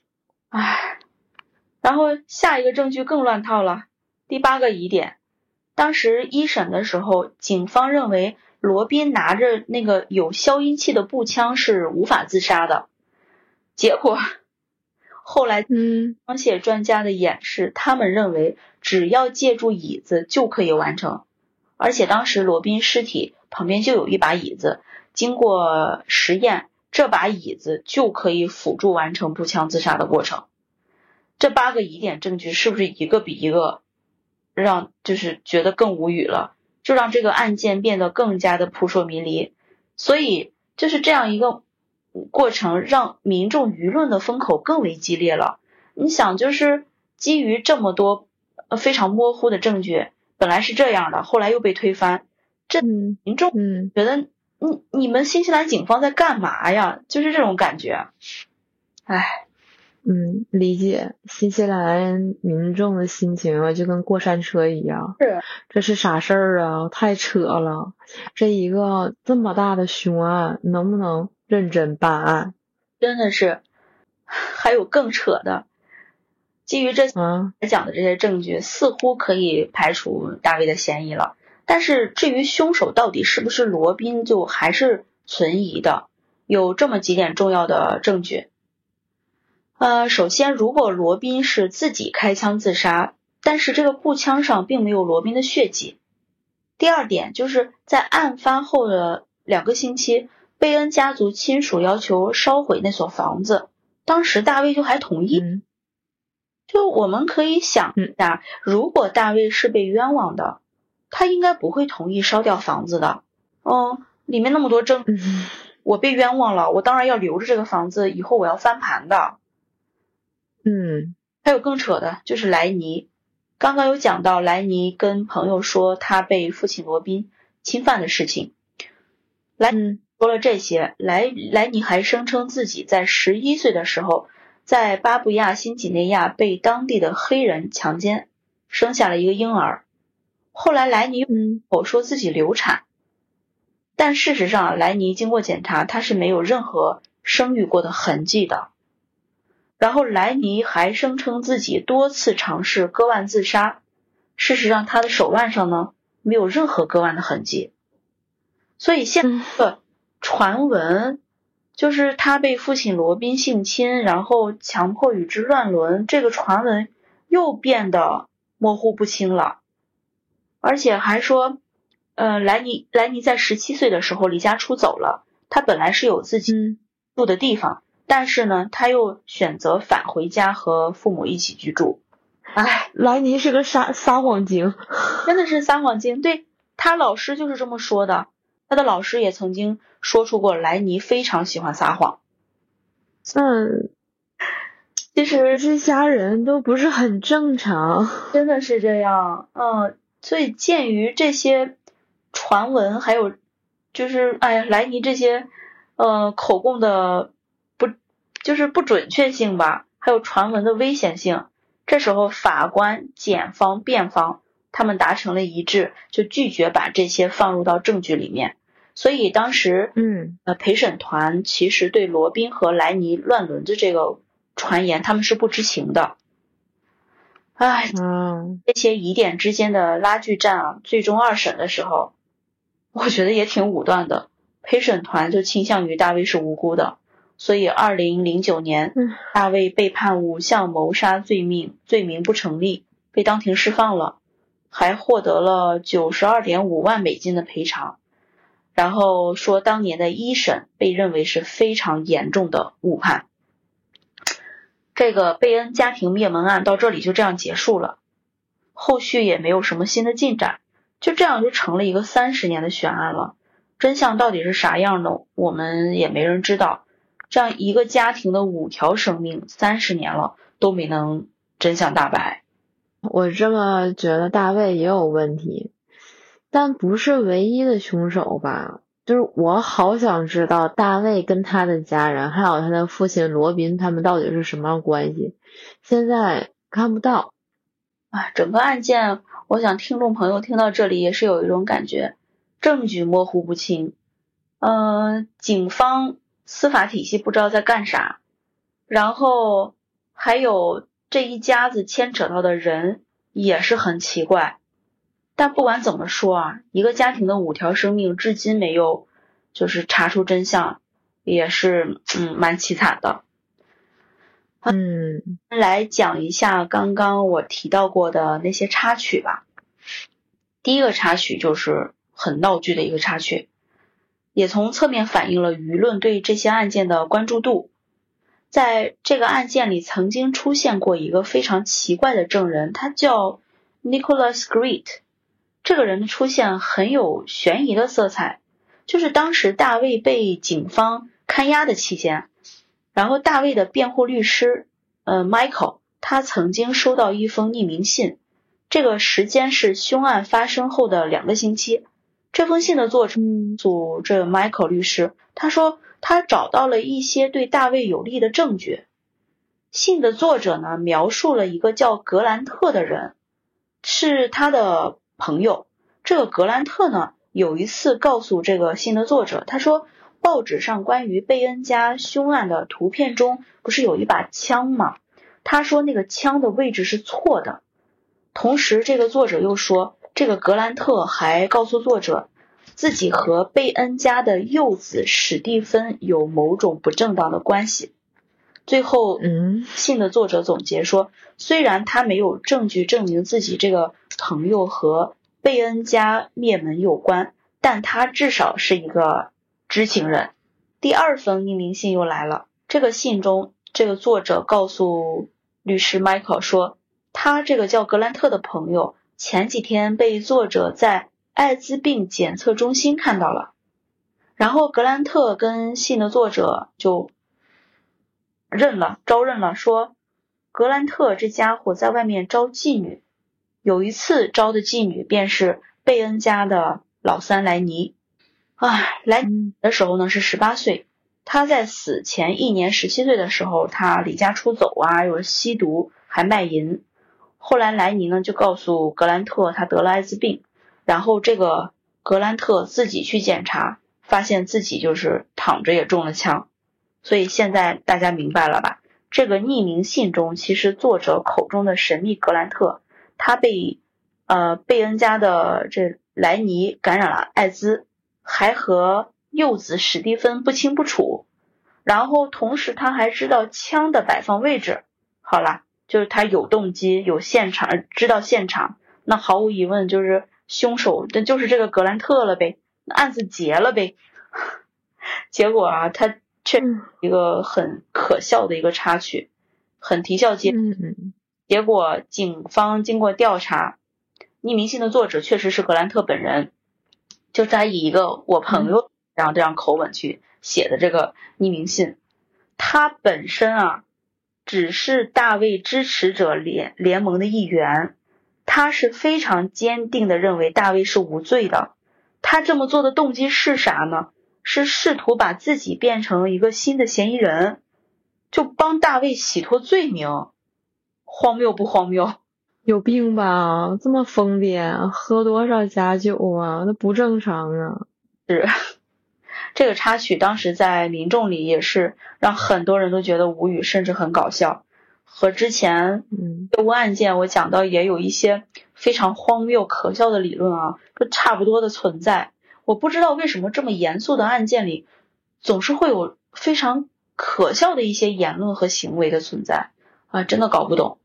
然后下一个证据更乱套了。第8个疑点，当时一审的时候，警方认为罗宾拿着那个有消音器的步枪是无法自杀的。结果后来枪械专家的演示，他们认为只要借助椅子就可以完成，而且当时罗宾尸体旁边就有一把椅子，经过实验，这把椅子就可以辅助完成步枪自杀的过程。这8个疑点证据是不是一个比一个让就是觉得更无语了，就让这个案件变得更加的扑朔迷离。所以就是这样一个过程，让民众舆论的风口更为激烈了。你想，就是基于这么多非常模糊的证据，本来是这样的，后来又被推翻，这民众觉得你们新西兰警方在干嘛呀？就是这种感觉。唉， 理解新西兰民众的心情啊，就跟过山车一样。 是， 这是啥事儿啊？太扯了！这一个这么大的凶案，能不能认真办案？ 真的是，还有更扯的。基于这讲的这些证据，似乎可以排除大卫的嫌疑了。但是至于凶手到底是不是罗宾，就还是存疑的。有这么几点重要的证据。首先，如果罗宾是自己开枪自杀，但是这个步枪上并没有罗宾的血迹。第二点，就是在案发后的2个星期，贝恩家族亲属要求烧毁那所房子，当时大卫就还同意。就我们可以想一下，如果大卫是被冤枉的，他应该不会同意烧掉房子的。里面那么多证据，我被冤枉了，我当然要留着这个房子，以后我要翻盘的。还有更扯的，就是莱尼。刚刚有讲到莱尼跟朋友说他被父亲罗宾侵犯的事情。莱尼说了这些，莱尼还声称自己在11岁的时候，在巴布亚新几内亚被当地的黑人强奸，生下了一个婴儿。后来莱尼口说自己流产，但事实上莱尼经过检查，他是没有任何生育过的痕迹的。然后莱尼还声称自己多次尝试割腕自杀，事实上他的手腕上呢没有任何割腕的痕迹。所以现在的传闻就是他被父亲罗宾性侵，然后强迫与之乱伦，这个传闻又变得模糊不清了。而且还说莱尼在17岁的时候离家出走了，他本来是有自己住的地方，但是呢他又选择返回家和父母一起居住。 莱尼是个撒谎精， 真的是撒谎精。对，他老师就是这么说的，他的老师也曾经说出过莱尼非常喜欢撒谎。其实这家人都不是很正常， 真的是这样。所以鉴于这些传闻，还有就是莱尼这些口供的不准确性吧，还有传闻的危险性，这时候法官、检方、辩方他们达成了一致，就拒绝把这些放入到证据里面。所以当时陪审团其实对罗宾和莱尼乱伦的这个传言他们是不知情的。这些疑点之间的拉锯战啊，最终2审的时候我觉得也挺武断的，陪审团就倾向于大卫是无辜的，所以2009年大卫被判5项谋杀罪名不成立，被当庭释放了，还获得了 92.5 万美金的赔偿。然后说当年的1审被认为是非常严重的误判。这个贝恩家庭灭门案到这里就这样结束了，后续也没有什么新的进展，就这样就成了一个30年的悬案了。真相到底是啥样的，我们也没人知道。这样一个家庭的5条生命30年了都没能真相大白。 我这么觉得大卫也有问题，但不是唯一的凶手吧。就是我好想知道大卫跟他的家人还有他的父亲罗宾他们到底是什么样的关系，现在看不到。 整个案件我想听众朋友听到这里也是有一种感觉，证据模糊不清，警方司法体系不知道在干啥，然后还有这一家子牵扯到的人也是很奇怪。 但不管怎么说啊，一个家庭的5条生命至今没有就是查出真相，也是蛮凄惨的。来讲一下刚刚我提到过的那些插曲吧。第一个插曲就是很闹剧的一个插曲，也从侧面反映了舆论对这些案件的关注度。在这个案件里曾经出现过一个非常奇怪的证人，他叫 Nicholas Great。 这个人的出现很有悬疑的色彩，就是当时大卫被警方看押的期间，然后大卫的辩护律师Michael 他曾经收到一封匿名信，这个时间是凶案发生后的2个星期。这封信的作者这 Michael 律师，他说他找到了一些对大卫有利的证据。信的作者呢，描述了一个叫格兰特的人，是他的朋友。这个格兰特呢，有一次告诉这个信的作者，他说报纸上关于贝恩家凶案的图片中不是有一把枪吗？他说那个枪的位置是错的。同时这个作者又说，这个格兰特还告诉作者，自己和贝恩家的幼子史蒂芬有某种不正当的关系。最后信的作者总结说，虽然他没有证据证明自己这个朋友和贝恩家灭门有关，但他至少是一个知情人。第2封匿名信又来了，这个信中这个作者告诉律师 Michael 说，他这个叫格兰特的朋友前几天被作者在艾滋病检测中心看到了。然后格兰特跟信的作者就招认了，说格兰特这家伙在外面招妓女，有一次招的妓女便是贝恩家的老三莱尼。莱尼的时候呢是18岁，他在死前1年17岁的时候，他离家出走啊，有吸毒还卖淫。后来莱尼呢就告诉格兰特他得了艾滋病，然后这个格兰特自己去检查，发现自己就是躺着也中了枪。所以现在大家明白了吧，这个匿名信中其实作者口中的神秘格兰特，他被贝恩家的这莱尼感染了艾滋，还和幼子史蒂芬不清不楚，然后同时他还知道枪的摆放位置。好了，就是他有动机有现场，知道现场，那毫无疑问就是凶手，那就是这个格兰特了呗，案子结了呗。结果啊，他却一个很可笑的一个插曲，很啼笑皆结果警方经过调查，匿名信的作者确实是格兰特本人，就是他以一个我朋友这样口吻去写的这个匿名信。他本身啊只是大卫支持者联盟的一员，他是非常坚定地认为大卫是无罪的。他这么做的动机是啥呢？是试图把自己变成一个新的嫌疑人，就帮大卫洗脱罪名。荒谬不荒谬？ 有病吧，这么疯癫，喝多少假酒啊，那不正常啊。 是，这个插曲当时在民众里也是让很多人都觉得无语，甚至很搞笑。和之前这部案件我讲到也有一些非常荒谬可笑的理论啊，都差不多的存在。我不知道为什么这么严肃的案件里总是会有非常可笑的一些言论和行为的存在啊，真的搞不懂。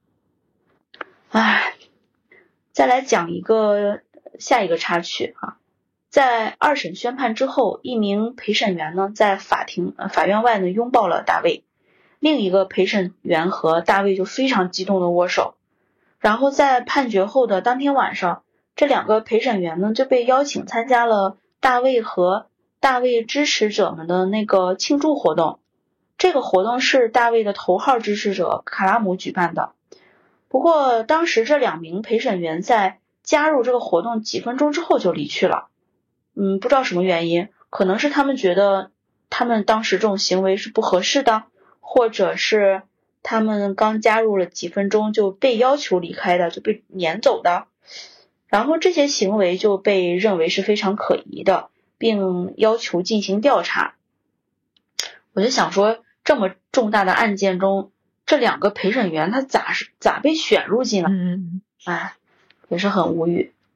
再来讲下一个插曲啊。在2审宣判之后，一名陪审员呢在法院外呢拥抱了大卫，另一个陪审员和大卫就非常激动的握手。然后在判决后的当天晚上，这2个陪审员呢就被邀请参加了大卫和大卫支持者们的那个庆祝活动。这个活动是大卫的头号支持者卡拉姆举办的。不过当时这2名陪审员在加入这个活动几分钟之后就离去了。不知道什么原因，可能是他们觉得他们当时这种行为是不合适的，或者是他们刚加入了几分钟就被要求离开的，就被撵走的。然后这些行为就被认为是非常可疑的，并要求进行调查。我就想说，这么重大的案件中，这2个陪审员他咋被选入进来？也是很无语。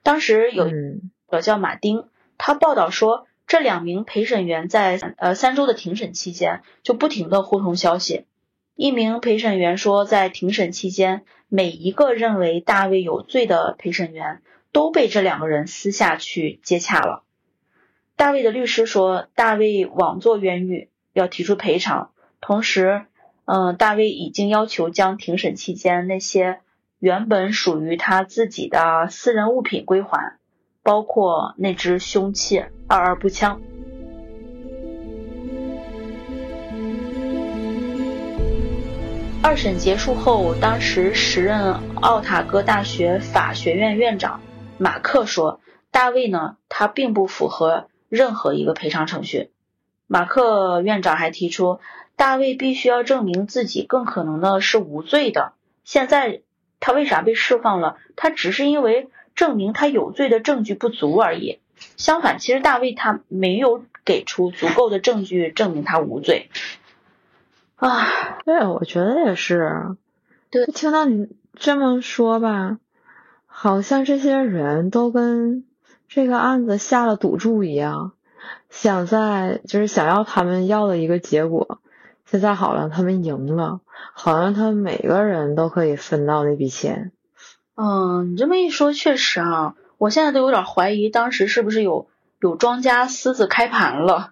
当时有叫马丁，他报道说这2名陪审员在3周的庭审期间就不停的互通消息。一名陪审员说，在庭审期间，每一个认为大卫有罪的陪审员都被这2个人私下去接洽了。大卫的律师说，大卫枉作冤狱，要提出赔偿。同时大卫已经要求将庭审期间那些原本属于他自己的私人物品归还，包括那支凶器22步枪。2审结束后，当时时任奥塔哥大学法学院院长马克说，大卫呢，他并不符合任何一个赔偿程序。马克院长还提出，大卫必须要证明自己更可能的是无罪的。现在他为啥被释放了？他只是因为证明他有罪的证据不足而已。相反，其实大卫他没有给出足够的证据证明他无罪。 对，我觉得也是。对，听到你这么说吧，好像这些人都跟这个案子下了赌注一样，想要他们要的一个结果。现在好了，他们赢了，好像他们每个人都可以分到那笔钱。 你这么一说，确实啊，我现在都有点怀疑当时是不是有庄家私自开盘了。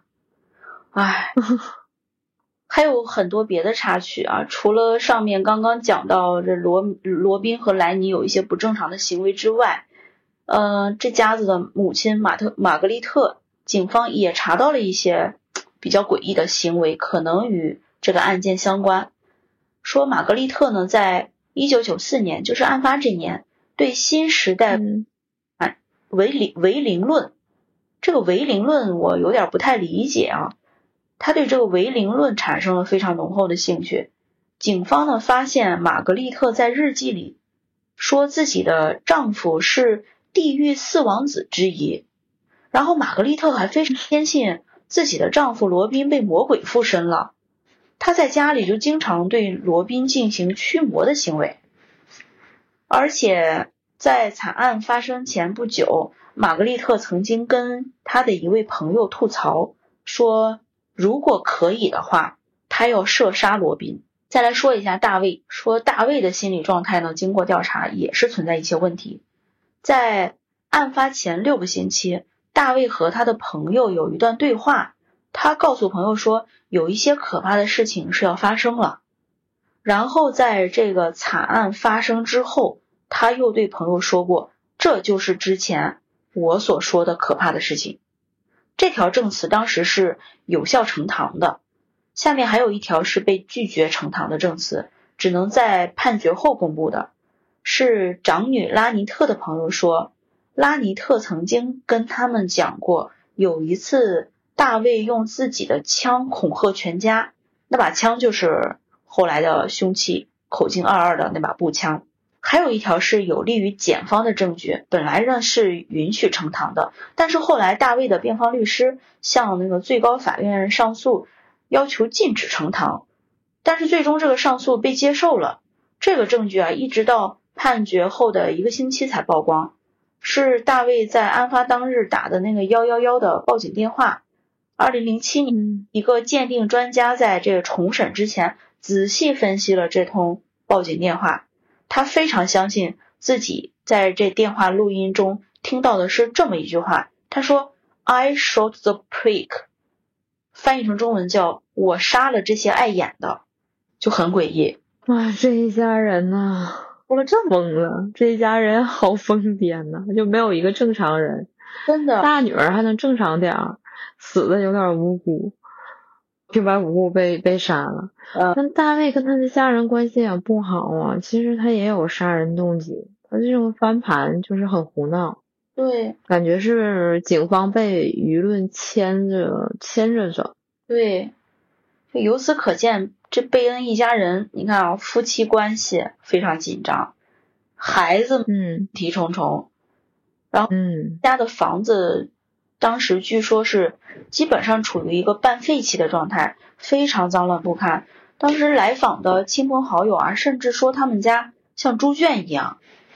还有很多别的插曲啊，除了上面刚刚讲到这罗宾和莱尼有一些不正常的行为之外，这家子的母亲玛格丽特，警方也查到了一些比较诡异的行为，可能与这个案件相关。说玛格丽特呢，在1994年，就是案发这年，对新时代唯灵论，这个唯灵论我有点不太理解啊。他对这个唯灵论产生了非常浓厚的兴趣。警方呢发现玛格丽特在日记里说自己的丈夫是地狱4王子之一，然后玛格丽特还非常坚信自己的丈夫罗宾被魔鬼附身了。她在家里就经常对罗宾进行驱魔的行为。而且在惨案发生前不久，玛格丽特曾经跟她的一位朋友吐槽说，如果可以的话，他要射杀罗宾。再来说一下大卫，说大卫的心理状态呢，经过调查也是存在一些问题。在案发前6个星期，大卫和他的朋友有一段对话，他告诉朋友说有一些可怕的事情是要发生了。然后在这个惨案发生之后，他又对朋友说过，这就是之前我所说的可怕的事情。这条证词当时是有效呈堂的，下面还有一条是被拒绝呈堂的证词，只能在判决后公布的。是长女拉尼特的朋友说，拉尼特曾经跟他们讲过，有一次大卫用自己的枪恐吓全家，那把枪就是后来的凶器口径22的那把步枪。还有一条是有利于检方的证据，本来呢是允许呈堂的，但是后来大卫的辩方律师向那个最高法院上诉，要求禁止呈堂，但是最终这个上诉被接受了。这个证据啊，一直到判决后的1个星期才曝光，是大卫在案发当日打的那个111的报警电话。2007年，一个鉴定专家在这个重审之前仔细分析了这通报警电话，他非常相信自己在这电话录音中听到的是这么一句话，他说 I shot the prick， 翻译成中文叫我杀了这些碍眼的，就很诡异。 哇，这一家人呐，我这疯了，这一家人好疯癫呐，就没有一个正常人。 真的， 大女儿还能正常点儿，死的有点无辜，平白无故被杀了。但大卫跟他的家人关系也不好啊，其实他也有杀人动机，他这种翻盘就是很胡闹。 对， 感觉是警方被舆论牵着走。 对，就由此可见，这贝恩一家人，你看啊，夫妻关系非常紧张，孩子提重重，然后家的房子当时据说是基本上处于一个半废弃的状态，非常脏乱不堪。当时来访的亲朋好友啊，甚至说他们家像猪圈一样。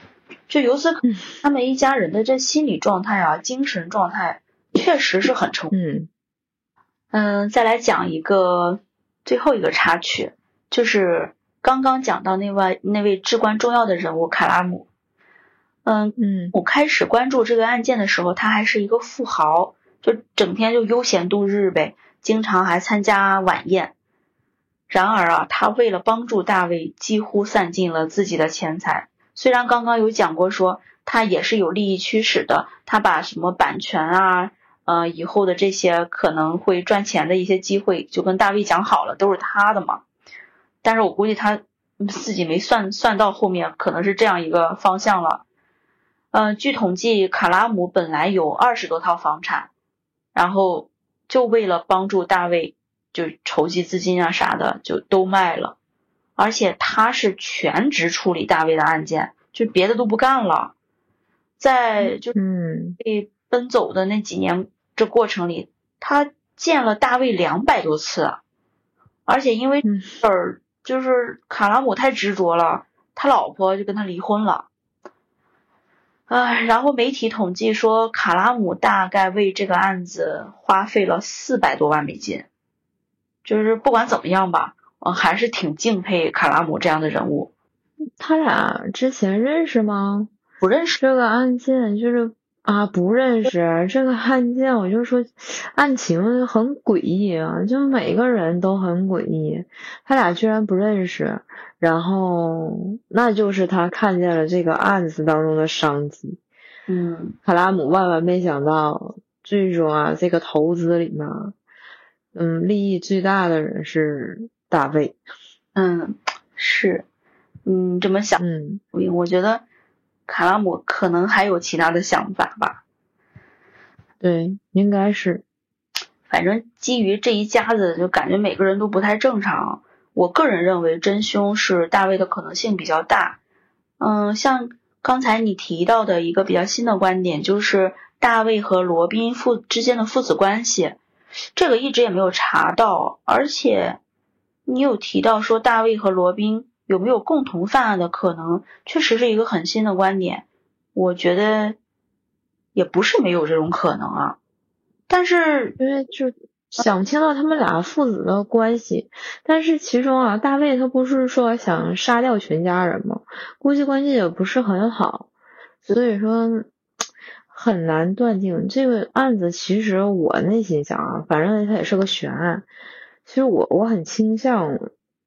就由此他们一家人的这心理状态啊，精神状态确实是很充分。再来讲一个最后一个插曲，就是刚刚讲到那位至关重要的人物卡拉姆。我开始关注这个案件的时候，他还是一个富豪，就整天就悠闲度日呗，经常还参加晚宴。然而啊，他为了帮助大卫，几乎散尽了自己的钱财。虽然刚刚有讲过说他也是有利益驱使的，他把什么版权啊，以后的这些可能会赚钱的一些机会就跟大卫讲好了，都是他的嘛。但是我估计他自己没算到后面，可能是这样一个方向了。据统计，卡拉姆本来有20多套房产，然后就为了帮助大卫，就筹集资金啊啥的，就都卖了。而且他是全职处理大卫的案件，就别的都不干了。在就被奔走的那几年这过程里，他见了大卫200多次，而且因为事儿，就是卡拉姆太执着了，他老婆就跟他离婚了。然后媒体统计说，卡拉姆大概为这个案子花费了400多万美金。就是不管怎么样吧，还是挺敬佩卡拉姆这样的人物。 他俩之前认识吗？ 不认识。 这个案件就是不认识。这个案件我就说案情很诡异啊，就每个人都很诡异。他俩居然不认识，然后那就是他看见了这个案子当中的商机。卡拉姆万万没想到，最终这个投资里面利益最大的人是大卫。 是。这么想，我觉得卡拉姆可能还有其他的想法吧。 对，应该是。 反正基于这一家子，就感觉每个人都不太正常。我个人认为真凶是大卫的可能性比较大。像刚才你提到的一个比较新的观点，就是大卫和罗宾之间的父子关系，这个一直也没有查到。而且你有提到说大卫和罗宾有没有共同犯案的可能，确实是一个很新的观点。我觉得也不是没有这种可能啊，但是因为就想听到他们俩父子的关系，但是其中大卫他不是说想杀掉全家人吗？估计关系也不是很好，所以说很难断定这个案子。其实我内心想反正它也是个悬案，其实我很倾向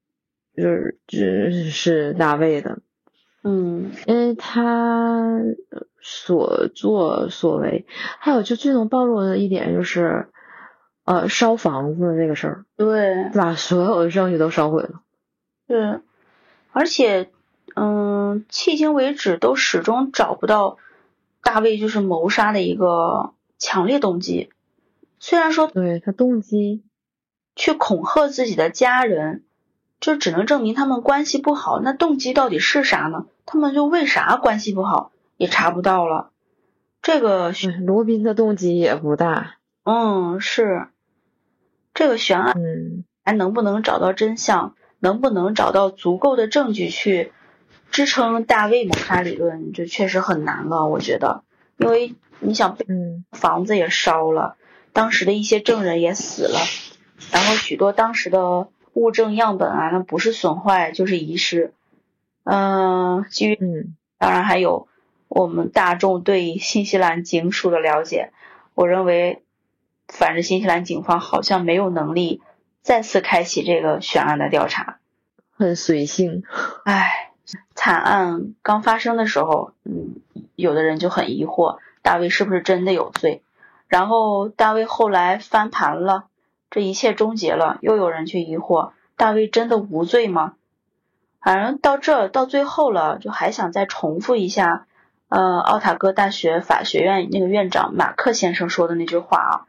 是大卫的。因为他所作所为，还有就最能暴露的一点就是烧房子的这个事儿， 对， 把所有的证据都烧毁了。 对，而且迄今为止都始终找不到大卫就是谋杀的一个强烈动机。虽然说对他动机去恐吓自己的家人，就只能证明他们关系不好，那动机到底是啥呢？他们就为啥关系不好也查不到了。这个罗宾的动机也不大。 是这个悬案还能不能找到真相，能不能找到足够的证据去支撑大卫谋杀理论，这确实很难了，我觉得。因为你想，房子也烧了，当时的一些证人也死了，然后许多当时的物证样本那不是损坏就是遗失。基于当然还有我们大众对新西兰警署的了解，我认为反正新西兰警方好像没有能力再次开启这个悬案的调查， 很随性。 惨案刚发生的时候，有的人就很疑惑大卫是不是真的有罪，然后大卫后来翻盘了，这一切终结了，又有人去疑惑大卫真的无罪吗？反正到最后了，就还想再重复一下奥塔哥大学法学院那个院长马克先生说的那句话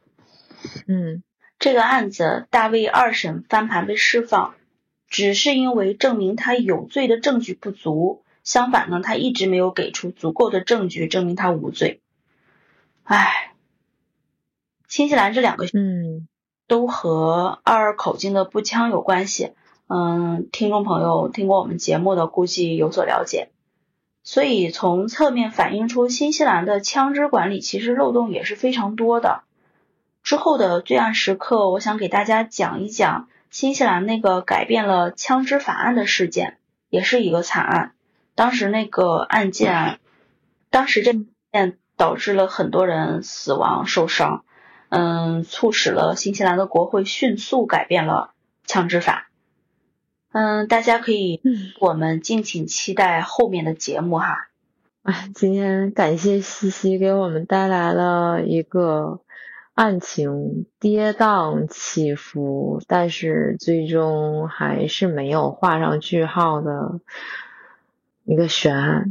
这个案子大卫2审翻盘被释放，只是因为证明他有罪的证据不足，相反呢，他一直没有给出足够的证据证明他无罪。新西兰这2个都和22口径的步枪有关系。听众朋友听过我们节目的估计有所了解。 所以从侧面反映出新西兰的枪支管理其实漏洞也是非常多的。之后的罪案时刻，我想给大家讲一讲新西兰那个改变了枪支法案的事件，也是一个惨案。当时这案件导致了很多人死亡受伤，促使了新西兰的国会迅速改变了枪支法。大家可以我们敬请期待后面的节目哈。 今天感谢西西给我们带来了一个案情跌宕起伏，但是最终还是没有画上句号的一个悬案。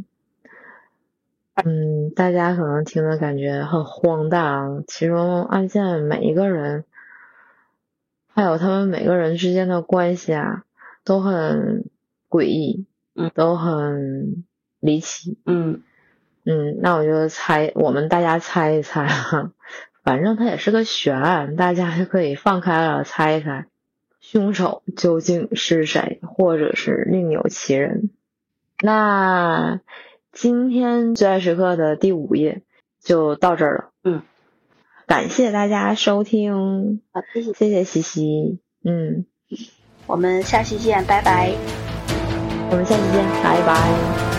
大家可能听的感觉很荒诞，其中案件每一个人还有他们每个人之间的关系都很诡异，都很离奇。那我就大家猜一猜反正它也是个悬案，大家就可以放开了猜一猜凶手究竟是谁，或者是另有其人。那今天罪案时刻的第5页就到这儿了。感谢大家收听， 好， 谢谢西西。 我们下期见，拜拜。 我们下期见，拜拜。